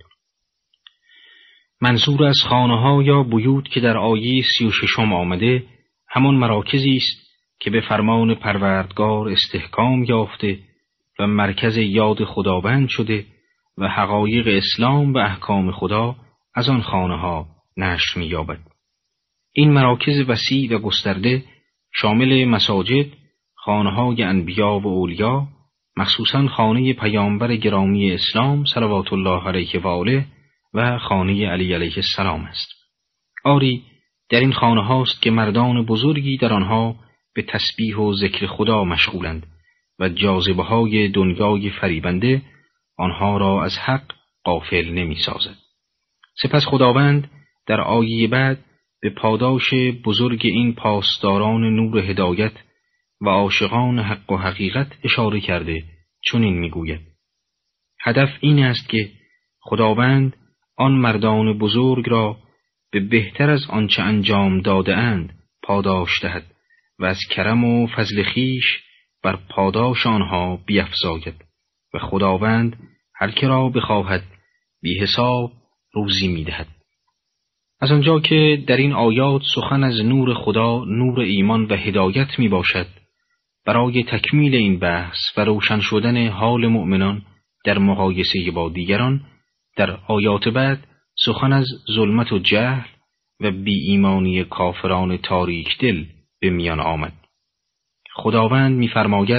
منظور از خانه‌ها یا بیوت که در آیه 36 آمده همان مراکزی است که به فرمان پروردگار استحکام یافته و مرکز یاد خداوند شده و حقایق اسلام و احکام خدا از آن خانه‌ها نشر می‌یابد. این مراکز وسیع و گسترده شامل مساجد، خانه‌های انبیا و اولیا، مخصوصاً خانه پیامبر گرامی اسلام صلوات الله علیه و آله و خانه علی علیه السلام است. آری در این خانه هاست که مردان بزرگی در آنها به تسبیح و ذکر خدا مشغولند و جاذبه های دنیای فریبنده آنها را از حق غافل نمی سازد. سپس خداوند در آیه بعد به پاداش بزرگ این پاسداران نور هدایت و عاشقان حق و حقیقت اشاره کرده چنین میگوید: هدف این است که خداوند آن مردان بزرگ را به بهتر از آنچه انجام داده اند پاداش دهد و از کرم و فضل خویش بر پاداش آنها بیفزاید و خداوند هر که را بخواهد بی حساب روزی میدهد. از آنجا که در این آیات سخن از نور خدا، نور ایمان و هدایت می باشد، برای تکمیل این بحث و روشن شدن حال مؤمنان در مقایسه با دیگران، در آیات بعد سخن از ظلمت و جهل و بی ایمانی کافران تاریک دل به میان آمد. خداوند می‌فرماید: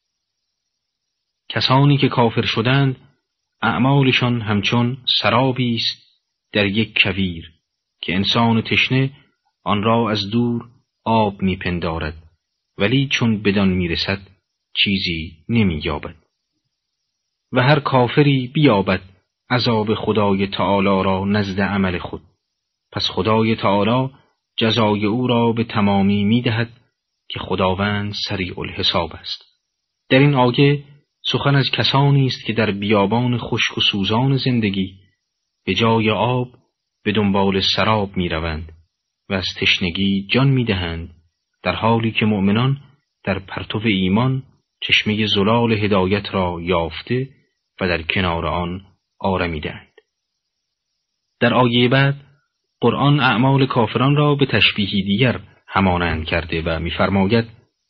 کسانی که کافر شدند اعمالشان همچون سرابی است در یک کویر که انسان تشنه آن را از دور آب میپندارد ولی چون بدان میرسد چیزی نمییابد. و هر کافری بیابد عذاب خدای تعالی را نزد عمل خود، پس خدای تعالی جزای او را به تمامی میدهد که خداوند سریع الحساب است. در این آیه سخن از کسانی است که در بیابان خشک و سوزان زندگی به جای آب به دنبال سراب می روند و از تشنگی جان می دهند، در حالی که مؤمنان در پرتو ایمان چشمه زلال هدایت را یافته و در کنار آن آرمیدند. در آیه بعد قرآن اعمال کافران را به تشبیهی دیگر همانند کرده و می‌فرماید: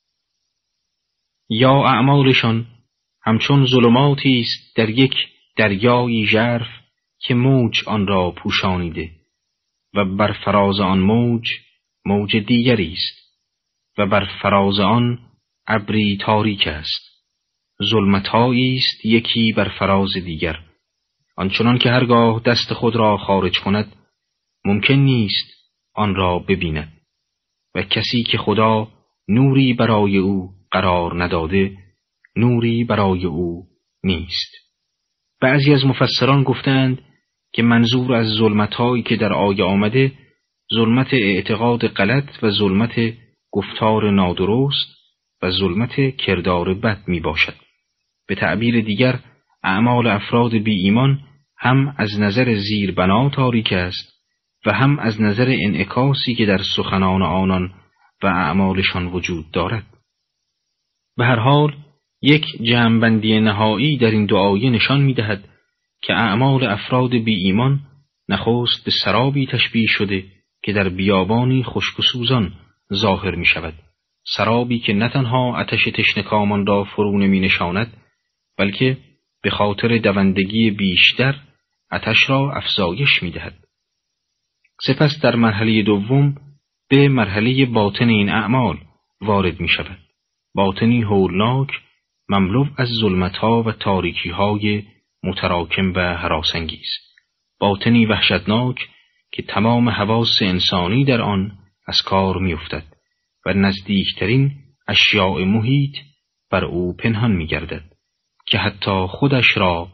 یا اعمالشان همچون ظلماتی است در یک دریایی ژرف که موج آن را پوشانیده و بر فراز آن موج دیگری است و بر فراز آن ابری تاریک است، ظلمت‌هایی است یکی بر فراز دیگر، آنچنان که هرگاه دست خود را خارج کند ممکن نیست آن را ببیند و کسی که خدا نوری برای او قرار نداده نوری برای او نیست. بعضی از مفسران گفتند که منظور از ظلمت‌هایی که در آیه آمده ظلمت اعتقاد غلط و ظلمت گفتار نادرست و ظلمت کردار بد می باشد. به تعبیر دیگر اعمال افراد بی ایمان هم از نظر زیربنا تاریک است و هم از نظر انعکاسی که در سخنان آنان و اعمالشان وجود دارد. به هر حال یک جمع‌بندی نهایی در این دو آیه نشان می‌دهد که اعمال افراد بی ایمان نخست به سرابی تشبیه شده که در بیابانی خشک و سوزان ظاهر می شود، سرابی که نه تنها آتش تشنه‌کامان را فرو نمی نشاند بلکه به خاطر دوندگی بیشتر آتش را افزایش می دهد. سپس در مرحله دوم به مرحله باطن این اعمال وارد می شود، باطنی هولناک مملو از ظلمت‌ها و تاریکی‌های متراکم و هراس‌انگیز، باطنی وحشتناک که تمام حواس انسانی در آن از کار می‌افتد و نزدیکترین اشیاء محیط بر او پنهان می‌گردد که حتی خودش را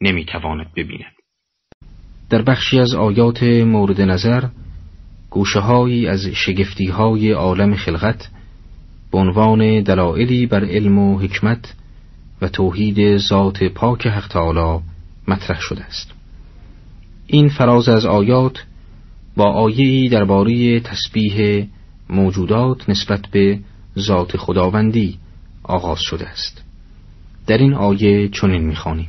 نمیتواند ببیند. در بخشی از آیات مورد نظر گوشه‌هایی از شگفتی‌های عالم خلقت به عنوان دلایلی بر علم و حکمت و توحید ذات پاک حق تعالی مطرح شده است. این فراز از آیات با آیه‌ای درباره تسبیح موجودات نسبت به ذات خداوندی آغاز شده است. در این آیه چنین می‌خوانیم: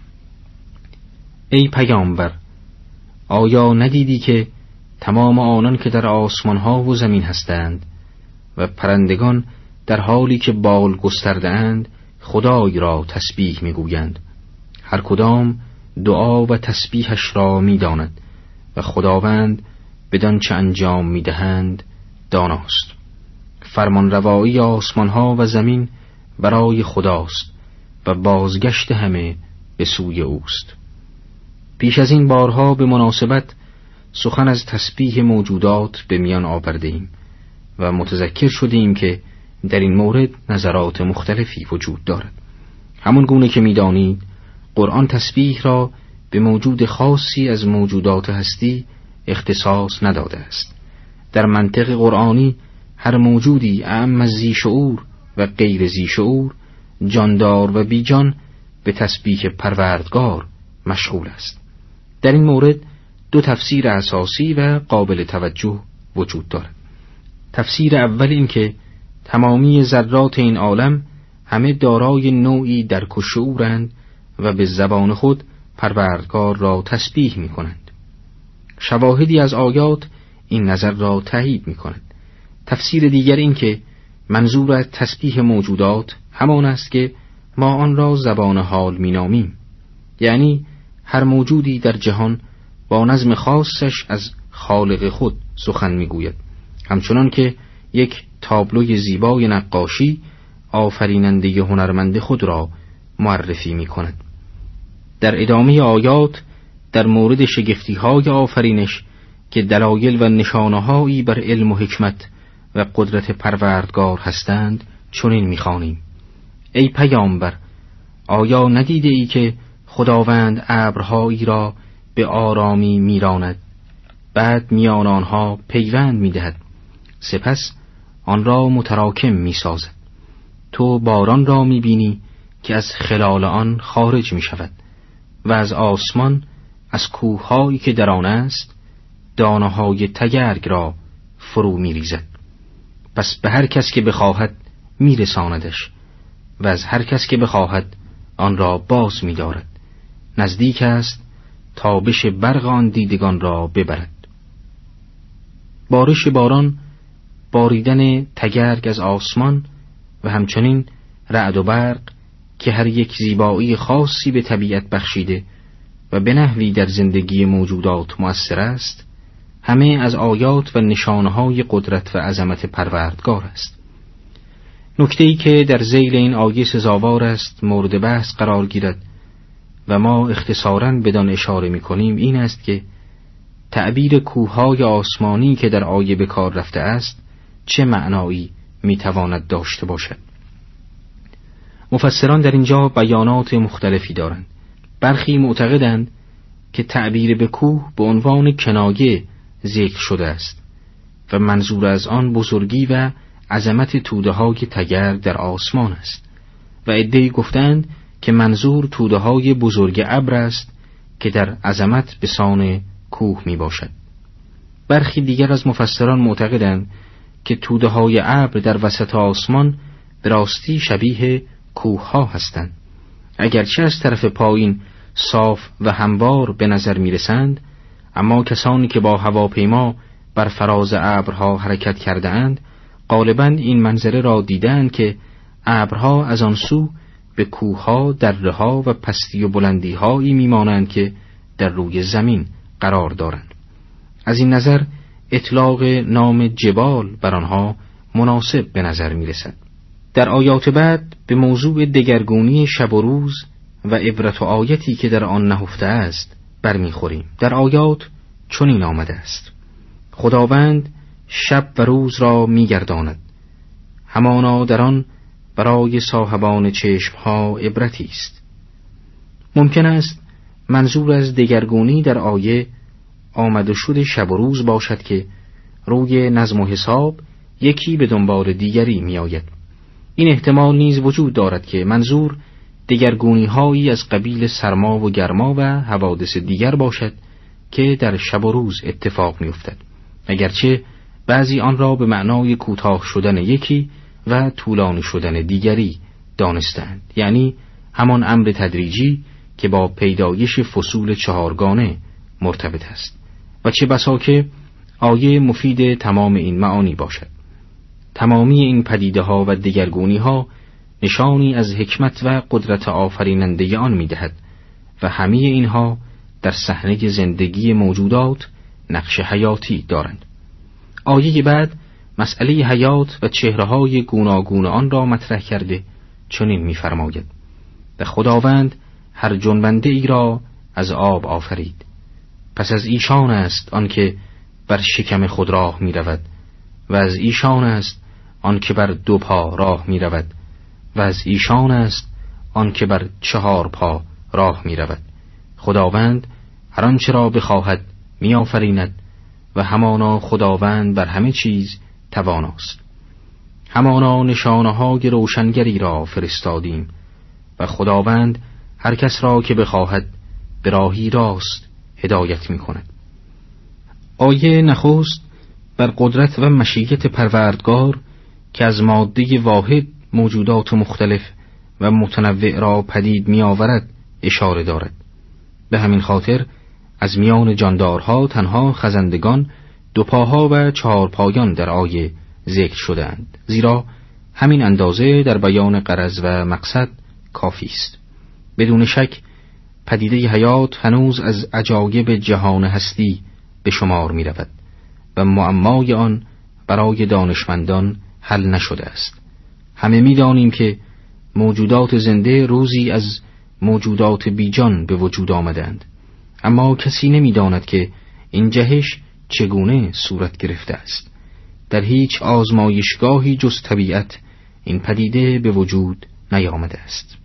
ای پیامبر، آیا ندیدی که تمام آنان که در آسمان‌ها و زمین هستند و پرندگان در حالی که بال گسترده اند خدای را تسبیح می‌گویند؟ هر کدام دعا و تسبیحش را می‌داند و خداوند بدان چه انجام می‌دهند داناست. فرمانروایی آسمان‌ها و زمین برای خداست و بازگشت همه به سوی اوست. پیش از این بارها به مناسبت سخن از تسبیح موجودات به میان آوردیم و متذکر شدیم که در این مورد نظرات مختلفی وجود دارد. همون گونه که می‌دانید قرآن تسبیح را به موجود خاصی از موجودات هستی اختصاص نداده است. در منطق قرآنی هر موجودی اعم از ذی شعور و غیر ذی شعور، جاندار و بی جان، به تسبیح پروردگار مشغول است. در این مورد دو تفسیر اساسی و قابل توجه وجود دارد. تفسیر اول این که تمامی ذرات این عالم همه دارای نوعی درک و شعورند و به زبان خود پروردگار را تسبیح می کنند. شواهدی از آیات این نظر را تایید می کنند. تفسیر دیگر این که منظور از تسبیح موجودات همان است که ما آن را زبان حال می نامیم، یعنی هر موجودی در جهان با نظم خاصش از خالق خود سخن می گوید، همچنان که یک تابلوی زیبای نقاشی آفریننده هنرمند خود را معرفی می کند. در ادامه آیات در مورد شگفتی‌های آفرینش که دلایل و نشانه‌هایی بر علم و حکمت و قدرت پروردگار هستند چنین می‌خوانیم: ای پیامبر، آیا ندیده ای که خداوند ابرهایی را به آرامی میراند، بعد میان آنها پیوند می‌دهد، سپس آن را متراکم می‌سازد. تو باران را می‌بینی که از خلال آن خارج می‌شود و از آسمان، از کوه‌هایی که در آن است، دانه‌های تگرگ را فرو می‌ریزد. پس به هر کس که بخواهد میرساندش و از هر کس که بخواهد آن را باز می‌دارد. نزدیک است تابش برق آن دیدگان را ببرد. بارش باران، باریدن تگرگ از آسمان و همچنین رعد و برق که هر یک زیبایی خاصی به طبیعت بخشیده و به نحوی در زندگی موجودات مؤثر است، همه از آیات و نشانه‌های قدرت و عظمت پروردگار است. نکته‌ای که در ذیل این آیه سزاوار است مورد بحث قرار گیرد و ما اختصاراً بدان اشاره می‌کنیم این است که تعبیر کوه‌های آسمانی که در آیه به کار رفته است چه معنایی می‌تواند داشته باشد. مفسران در اینجا بیانات مختلفی دارند. برخی معتقدند که تعبیر به کوه به عنوان کنایه ذکر شده است و منظور از آن بزرگی و عظمت توده‌های تگرگ در آسمان است و عده‌ای گفتند که منظور توده‌های بزرگ ابر است که در عظمت به سان کوه می باشد. برخی دیگر از مفسران معتقدند که توده‌های ابر در وسط آسمان به راستی شبیه کوه‌ها هستند، اگرچه از طرف پایین صاف و هموار به نظر می رسند، اما کسانی که با هواپیما بر فراز ابرها حرکت کرده اند غالباً این منظره را دیدند که ابرها از آن سو به کوه‌ها، دره‌ها و پستی و بلندی‌هایی می‌مانند که در روی زمین قرار دارند. از این نظر اطلاق نام جبال بر آنها مناسب به نظر می‌رسد. در آیات بعد به موضوع دگرگونی شب و روز و عبرت و آیتی که در آن نهفته است برمیخوریم. در آیات چنین آمده است: خداوند شب و روز را می‌گرداند، همانا در آن برای صاحبان چشم‌ها عبرتی است. ممکن است منظور از دگرگونی در آیه آمد و شد شب و روز باشد که روی نظم و حساب یکی به دنبال دیگری می آید. این احتمال نیز وجود دارد که منظور دگرگونی هایی از قبیل سرما و گرما و حوادث دیگر باشد که در شب و روز اتفاق می افتد، اگرچه بعضی آن را به معنای کوتاه شدن یکی و طولانی شدن دیگری دانستند، یعنی همان امر تدریجی که با پیدایش فصول چهارگانه مرتبط است و چه بسا که آیه مفید تمام این معانی باشد. تمامی این پدیده ها و دگرگونی ها نشانی از حکمت و قدرت آفریننده آن می دهد و همه اینها در صحنه زندگی موجودات نقش حیاتی دارند. آیه بعد مسئله حیات و چهره‌های گوناگون آن را مطرح کرده چنین می‌فرماید: و خداوند هر جنبنده ای را از آب آفرید، پس از ایشان است آنکه بر شکم خود راه می‌رود و از ایشان است آنکه بر دو پا راه می‌رود و از ایشان است آنکه بر 4 پا راه می‌رود. خداوند هر آنچه را بخواهد می‌آفریند و همانا خداوند بر همه چیز تواناست. همانا نشانه‌های روشنگری را فرستادیم و خداوند هر کس را که بخواهد به راهی راست هدایت می‌کند. آیه نخست بر قدرت و مشیت پروردگار که از ماده واحد موجودات مختلف و متنوع را پدید می‌آورد اشاره دارد. به همین خاطر از میان جاندارها تنها خزندگان 2 پاها و 4 پایان در آیه ذکر شدند، زیرا همین اندازه در بیان غرض و مقصد کافی است. بدون شک پدیده حیات هنوز از عجایب جهان هستی به شمار می رود و معمای آن برای دانشمندان حل نشده است. همه می دانیم که موجودات زنده روزی از موجودات بیجان به وجود آمدند، اما کسی نمی داند که این جهش چگونه صورت گرفته است. در هیچ آزمایشگاهی جز طبیعت این پدیده به وجود نیامده است.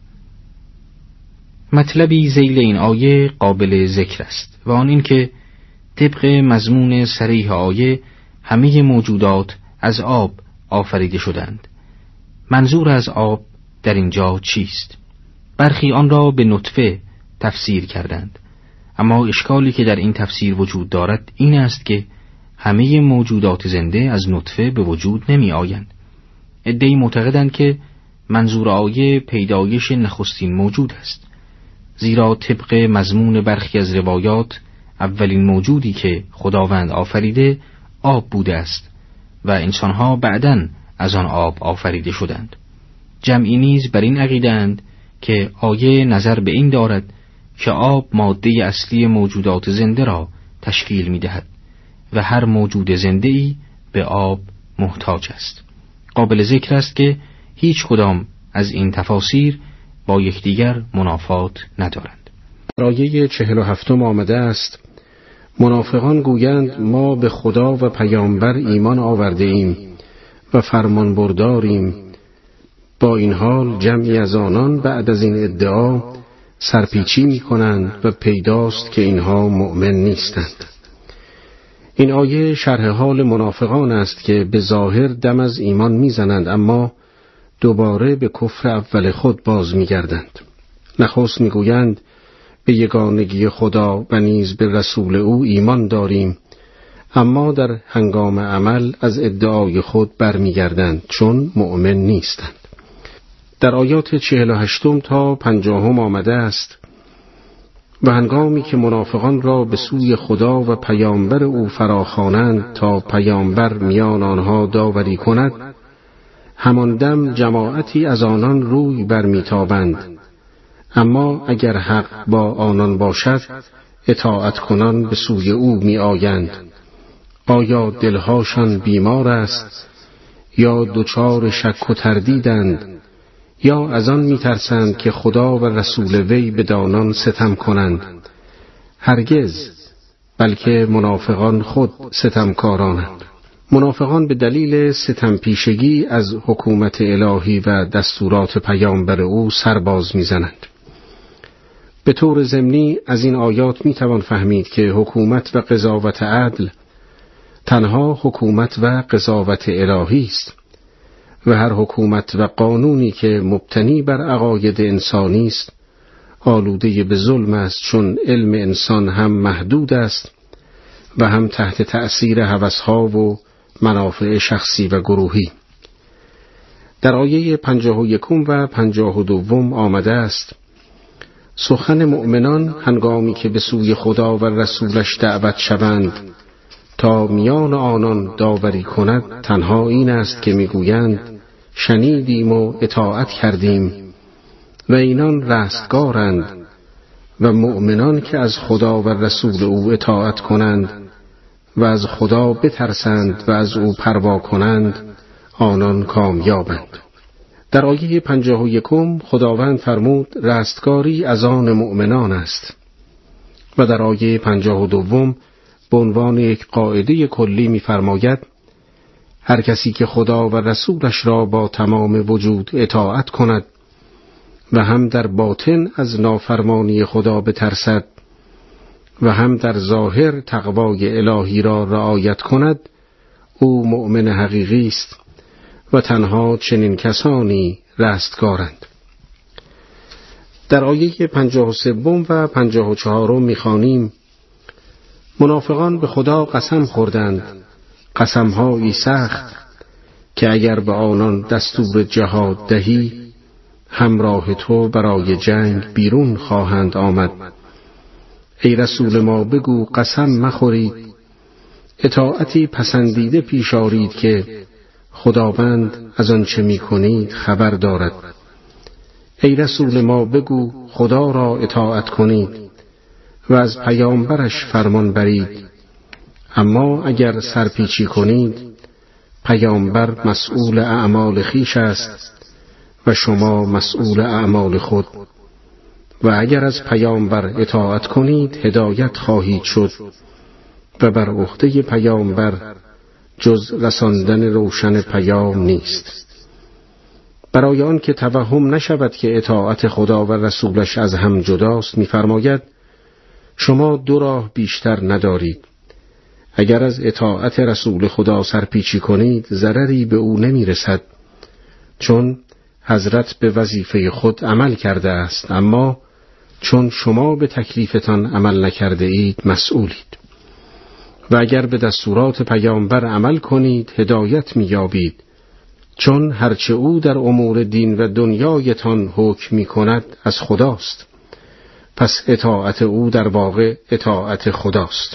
مطلبی ذیل این آیه قابل ذکر است و آن این که طبق مضمون صریح آیه همه موجودات از آب آفریده شدند. منظور از آب در اینجا چیست؟ برخی آن را به نطفه تفسیر کردند، اما اشکالی که در این تفسیر وجود دارد این است که همه موجودات زنده از نطفه به وجود نمی آیند. عده‌ای معتقدند که منظور آیه پیدایش نخستین موجود است، زیرا طبق مضمون برخی از روایات اولین موجودی که خداوند آفریده آب بوده است و انسانها بعداً از آن آب آفریده شدند. جمعی نیز بر این عقیده‌اند که آیه نظر به این دارد که آب ماده اصلی موجودات زنده را تشکیل می دهد و هر موجود زنده‌ای به آب محتاج است. قابل ذکر است که هیچ کدام از این تفاسیر با یکدیگر منافات ندارند. آیه 47 آمده است: منافقان گویند ما به خدا و پیامبر ایمان آورده ایم و فرمان برداریم. با این حال جمعی از آنان بعد از این ادعا سرپیچی می کنند و پیداست که اینها مؤمن نیستند. این آیه شرح حال منافقان است که به ظاهر دم از ایمان می زنند اما دوباره به کفر اول خود باز می گردند. نخست می گویند به یگانگی خدا و نیز به رسول او ایمان داریم، اما در هنگام عمل از ادعای خود برمی گردند چون مؤمن نیستند. در آیات 48 تا 50 آمده است: و هنگامی که منافقان را به سوی خدا و پیامبر او فراخوانند تا پیامبر میان آنها داوری کند، همان دم جماعتی از آنان روی برمیتابند، اما اگر حق با آنان باشد اطاعت کنان به سوی او می آیند. آیا دلهاشان بیمار است یا دچار شک و تردیدند یا از آن می ترسند که خدا و رسول وی به دانان ستم کنند؟ هرگز، بلکه منافقان خود ستمکارانند. منافقان به دلیل ستم پیشگی از حکومت الهی و دستورات پیامبر او سرباز می زنند. به طور ضمنی از این آیات می توان فهمید که حکومت و قضاوت عدل تنها حکومت و قضاوت الهی است و هر حکومت و قانونی که مبتنی بر عقاید انسانی است آلوده به ظلم است، چون علم انسان هم محدود است و هم تحت تأثیر هوس‌ها و منافع شخصی و گروهی. در آیه 51 و 52 آمده است: سخن مؤمنان هنگامی که به سوی خدا و رسولش دعوت شوند تا میان آنان داوری کند تنها این است که میگویند شنیدیم و اطاعت کردیم و اینان رستگارند و مؤمنان که از خدا و رسول او اطاعت کنند و از خدا بترسند و از او پروا کنند آنان کامیابند. در آیه 51 خداوند فرمود رستگاری از آن مؤمنان است و در آیه 52 به عنوان یک قاعده کلی می‌فرماید هر کسی که خدا و رسولش را با تمام وجود اطاعت کند و هم در باطن از نافرمانی خدا بترسد و هم در ظاهر تقوای الهی را رعایت کند او مؤمن حقیقی است و تنها چنین کسانی رستگارند. در آیه 53 و 54 می‌خوانیم منافقان به خدا قسم خوردند قسم‌هایی سخت که اگر به آنان دستور جهاد دهی همراه تو برای جنگ بیرون خواهند آمد. ای رسول ما بگو قسم مخورید، اطاعتی پسندیده پیش آرید که خداوند از آنچه می‌کنید خبر دارد. ای رسول ما بگو خدا را اطاعت کنید و از پیامبرش فرمان برید، اما اگر سرپیچی کنید پیامبر مسئول اعمال خویش است و شما مسئول اعمال خود و اگر از پیامبر اطاعت کنید هدایت خواهید شد و بر عهده پیامبر جز رساندن روشن پیام نیست. برای آن که توهم نشود که اطاعت خدا و رسولش از هم جداست می‌فرماید شما دو راه بیشتر ندارید. اگر از اطاعت رسول خدا سرپیچی کنید ضرری به او نمی‌رسد، چون حضرت به وظیفه خود عمل کرده است، اما چون شما به تکلیفتان عمل نکرده اید مسئولید. و اگر به دستورات پیامبر عمل کنید هدایت می‌یابید، چون هرچه او در امور دین و دنیایتان حکم می‌کند از خداست، پس اطاعت او در واقع اطاعت خداست.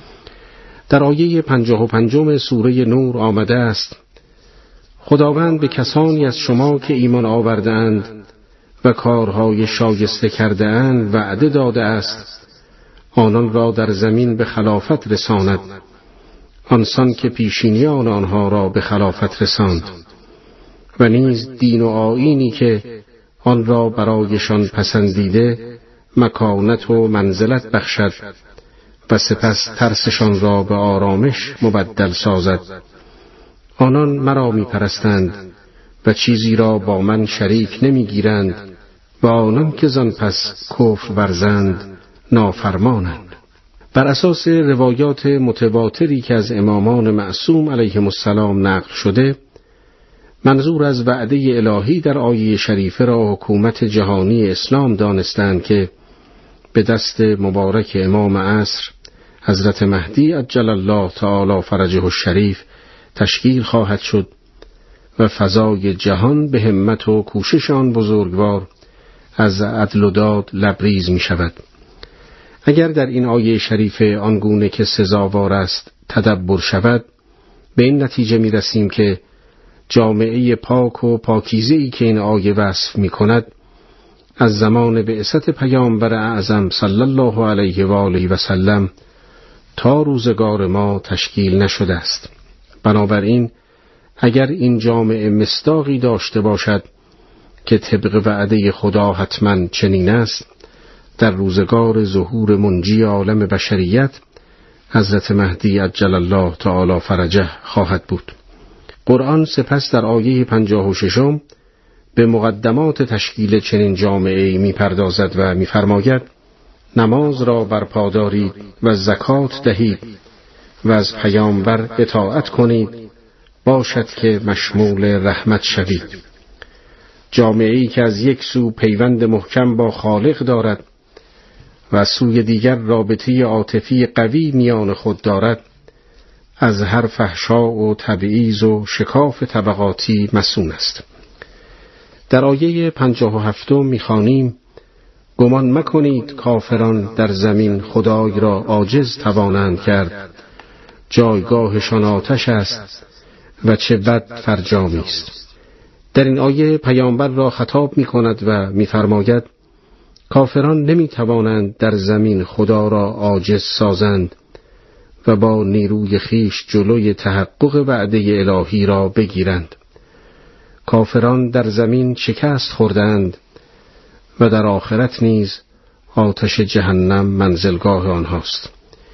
در آیه 55 سوره نور آمده است خداوند به کسانی از شما که ایمان آورده‌اند و کارهای شایسته کرده‌اند وعده داده است آنان را در زمین به خلافت رساند، آنسان که پیشینیان آنها را به خلافت رساند، و نیز دین و آیینی که آن را برایشان پسندیده مکانت و منزلت بخشد و سپس ترسشان را به آرامش مبدل سازد. آنان مرا می‌پرستند و چیزی را با من شریک نمی‌گیرند و آنان که زان پس کفر ورزند نافرمانند. بر اساس روایات متواتری که از امامان معصوم علیهم السلام نقل شده، منظور از وعده الهی در آیه شریفه را حکومت جهانی اسلام دانستند که به دست مبارک امام عصر حضرت مهدی عجل الله تعالی فرجه الشریف تشکیل خواهد شد و فضای جهان به همت و کوشش آن بزرگوار از عدل و داد لبریز می شود. اگر در این آیه شریفه آنگونه که سزاوار است تدبر شود، به این نتیجه می رسیم که جامعه پاک و پاکیزه‌ای که این آیه وصف می کند از زمان بعثت پیامبر اعظم صلی الله علیه و آله و سلم تا روزگار ما تشکیل نشده است. بنابراین اگر این جامعه مصداقی داشته باشد که طبق وعده خدا حتما چنین است، در روزگار ظهور منجی عالم بشریت حضرت مهدی عجل الله تعالی فرجه خواهد بود. قرآن سپس در آیه 56 به مقدمات تشکیل چنین جامعه‌ای می‌پردازد و می‌فرماید نماز را برپا دارید و زکات دهید و از پیامبر اطاعت کنید باشد که مشمول رحمت شوید. جامعه‌ای که از یک سو پیوند محکم با خالق دارد و از سوی دیگر رابطه عاطفی قوی میان خود دارد، از هر فحشا و تبعیض و شکاف طبقاتی مصون است. در آیه 57 می‌خوانیم: گمان مکنید کافران در زمین خدای را عاجز توانند کرد، جایگاهشان آتش است و چه بد فرجامی است. در این آیه پیامبر را خطاب می‌کند و می‌فرماید کافران نمی‌توانند در زمین خدا را عاجز سازند و با نیروی خیش جلوی تحقق وعده الهی را بگیرند. کافران در زمین شکست خوردند و در آخرت نیز آتش جهنم منزلگاه آنهاست.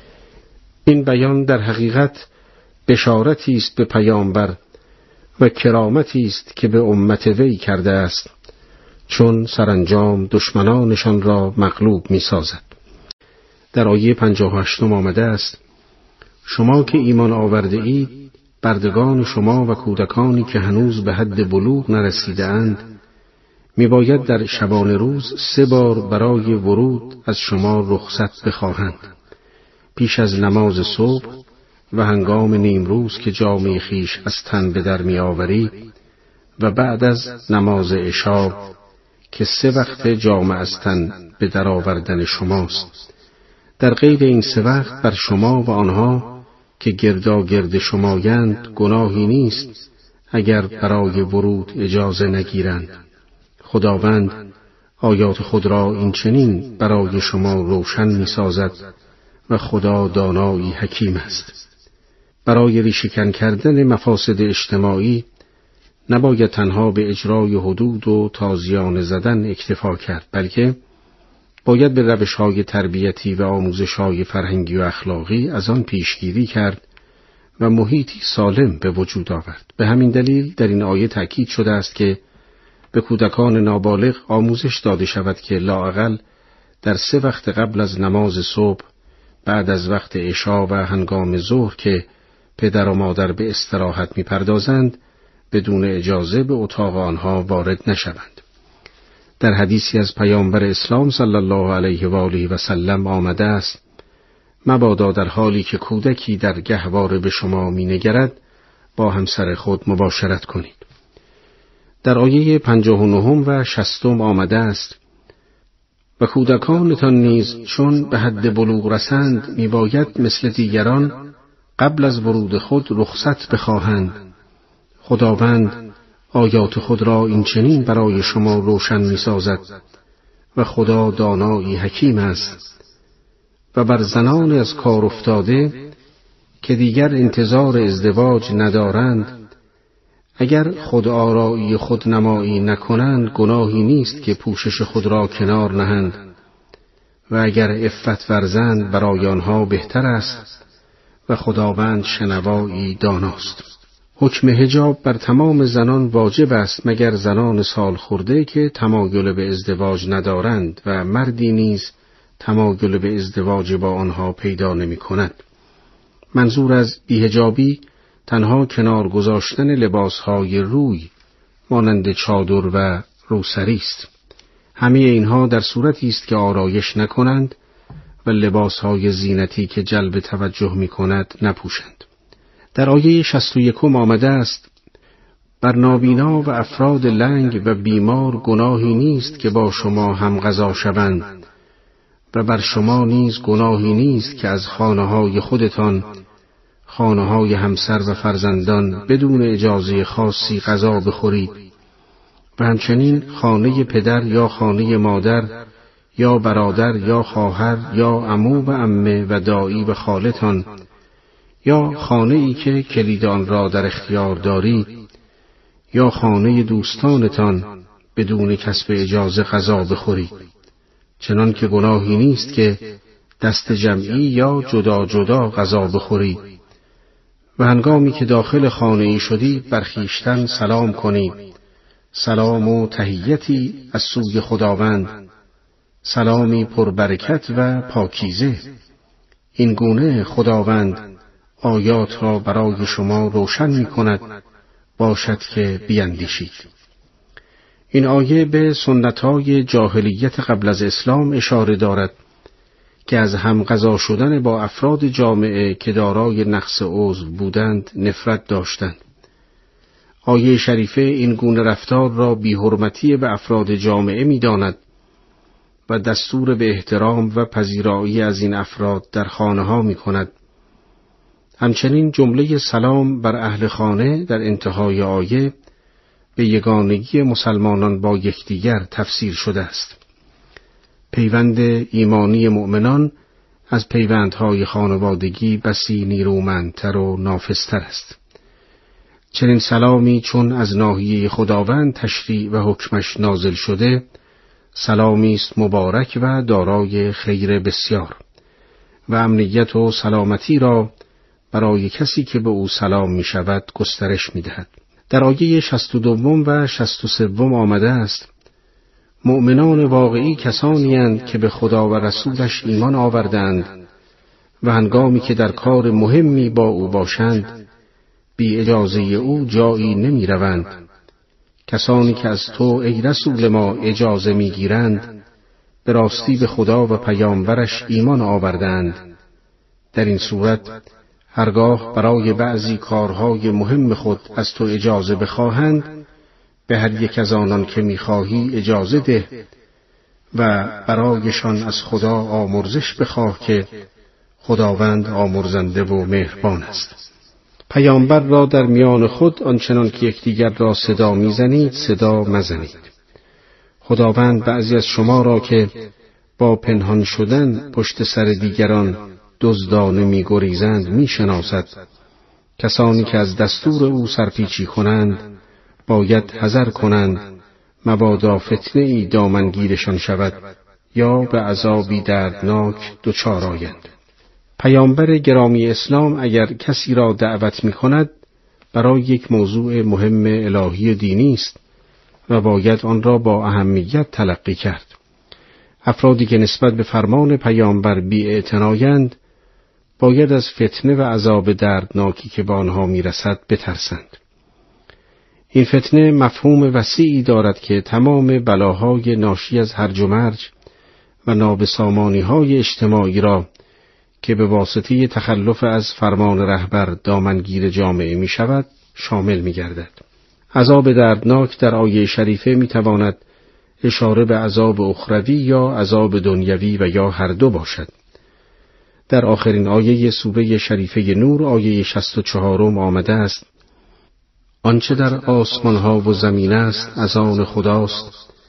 این بیان در حقیقت بشارتی است به پیامبر و کرامتی است که به امت وی کرده است، چون سرانجام دشمنانشان را مغلوب می سازد. در آیه 58 آمده است: شما که ایمان آورده اید، بردگان شما و کودکانی که هنوز به حد بلوغ نرسیده اند، می باید در شبان روز 3 بار برای ورود از شما رخصت بخواهند: پیش از نماز صبح و هنگام نیمروز که جامه خیش از تن به در می آوری و بعد از نماز عشا که 3 وقت جامه از تن به در آوردن شماست. در غیر این 3 وقت بر شما و آنها که گرداگرد شمایند گناهی نیست اگر برای ورود اجازه نگیرند. خداوند آیات خود را این چنین برای شما روشن می سازد و خدا دانایی حکیم است. برای ریشه‌کن کردن مفاسد اجتماعی نباید تنها به اجرای حدود و تازیانه زدن اکتفا کرد، بلکه باید به روش‌های تربیتی و آموزش‌های فرهنگی و اخلاقی از آن پیشگیری کرد و محیطی سالم به وجود آورد. به همین دلیل در این آیه تأکید شده است که به کودکان نابالغ آموزش داده شود که لااقل در 3 وقت قبل از نماز صبح، بعد از وقت عشا و هنگام ظهر که پدر و مادر به استراحت می‌پردازند، بدون اجازه به اتاق آنها وارد نشوند. در حدیثی از پیامبر اسلام صلی الله علیه و آله و سلم آمده است: مبادا در حالی که کودکی در گهواره به شما می‌نگرد با همسر خود مباشرت کنید. در آیه 59 و 60 آمده است: و کودکانتان نیز چون به حد بلوغ رسند میباید مثل دیگران قبل از ورود خود رخصت بخواهند. خداوند آیات خود را این چنین برای شما روشن می سازد و خدا دانایی حکیم است. و بر زنان از کار افتاده که دیگر انتظار ازدواج ندارند، اگر خود آرایی خود نمایی نکنند گناهی نیست که پوشش خود را کنار نهند و اگر عفت ورزند برای آنها بهتر است و خداوند شنوایی داناست. حکم حجاب بر تمام زنان واجب است مگر زنان سال خورده که تمایل به ازدواج ندارند و مردی نیز تمایل به ازدواج با آنها پیدا نمی کند. منظور از بی‌حجابی تنها کنار گذاشتن لباسهای روی مانند چادر و روسری است. همه اینها در صورتی است که آرایش نکنند و لباسهای زینتی که جلب توجه می کند نپوشند. در آیه 61 آمده است: بر نابینا و افراد لنگ و بیمار گناهی نیست که با شما هم غذا شوند و بر شما نیز گناهی نیست که از خانه‌های خودتان، خانه‌های همسر و فرزندان بدون اجازه خاصی غذا بخورید و همچنین خانه پدر یا خانه مادر یا برادر یا خواهر یا عمو و عمه و دایی و خالتان یا خانه‌ای که کلید آن را در اختیار دارید یا خانه دوستانتان بدون کسب اجازه غذا بخورید. چنان که گناهی نیست که دست جمعی یا جدا جدا غذا بخورید و هنگامی که داخل خانه‌ای شدید بر خویشتن سلام کنید. سلام و تحیتی از سوی خداوند، سلامی پربرکت و پاکیزه. این گونه خداوند آیات را برای شما روشن می کند، باشد که بیندیشید. این آیه به سنت‌های جاهلیت قبل از اسلام اشاره دارد که از همغذا شدن با افراد جامعه که دارای نقص عضو بودند نفرت داشتند. آیه شریفه این گونه رفتار را بی‌حرمتی به افراد جامعه می‌داند و دستور به احترام و پذیرایی از این افراد در خانه‌ها می‌کند. همچنین جمله سلام بر اهل خانه در انتهای آیه به یگانگی مسلمانان با یکدیگر تفسیر شده است. پیوند ایمانی مؤمنان از پیوندهای خانوادگی بسی نیرومندتر و نافذتر است. چنین سلامی چون از ناحیه خداوند تشریع و حکمش نازل شده، سلامی است مبارک و دارای خیر بسیار و امنیت و سلامتی را برای کسی که به او سلام می شود گسترش می دهد. در آیه 62 و 63 آمده است: مؤمنان واقعی کسانی اند که به خدا و رسولش ایمان آوردند و هنگامی که در کار مهمی با او باشند بی اجازه او جایی نمی روند. کسانی که از تو ای رسول ما اجازه می گیرند به راستی به خدا و پیامبرش ایمان آوردند. در این صورت هرگاه برای بعضی کارهای مهم خود از تو اجازه بخواهند به هر یک از آنان که می‌خواهی اجازه ده و برایشان از خدا آمرزش بخواه که خداوند آمرزنده و مهربان است. پیامبر را در میان خود آنچنان که یکدیگر را صدا می‌زنید صدا مزنید. خداوند بعضی از شما را که با پنهان شدن پشت سر دیگران دزدانه می‌گریزند می‌شناسد. کسانی که از دستور او سرپیچی کنند باید حذر کنند مبادا فتنه ای دامنگیرشان شود یا به عذابی دردناک دچار آیند. پیامبر گرامی اسلام اگر کسی را دعوت می‌کند برای یک موضوع مهم الهی دینی است و باید آن را با اهمیت تلقی کرد. افرادی که نسبت به فرمان پیامبر بی‌اعتنایند باید از فتنه و عذاب دردناکی که به آنها میرسد بترسند. این فتنه مفهوم وسیعی دارد که تمام بلاهای ناشی از هرج و مرج و نابسامانی‌های اجتماعی را که به واسطه تخلف از فرمان رهبر دامنگیر جامعه می شود شامل می گردد. عذاب دردناک در آیه شریفه می تواند اشاره به عذاب اخروی یا عذاب دنیوی و یا هر دو باشد. در آخرین آیه سوره شریفه نور آیه 64 آمده است: آنچه در آسمانها و زمین است از آن خداست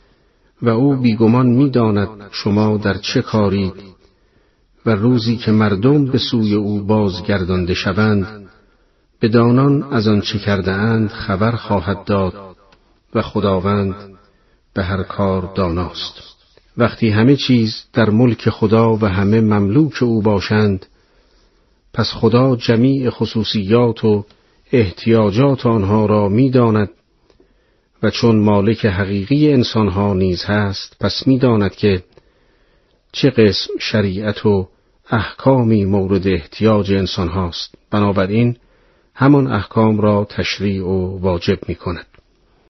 و او بیگمان می‌داند شما در چه کارید و روزی که مردم به سوی او بازگردانده شوند بدانان از آن چه کرده اند خبر خواهد داد و خداوند به هر کار داناست. وقتی همه چیز در ملک خدا و همه مملوک او باشند پس خدا جمیع خصوصیات و احتیاجات آنها را می‌داند و چون مالک حقیقی انسانها نیز هست پس می‌داند که چه قسم شریعت و احکامی مورد احتیاج انسان هاست. بنابراین همان احکام را تشریع و واجب می‌کند.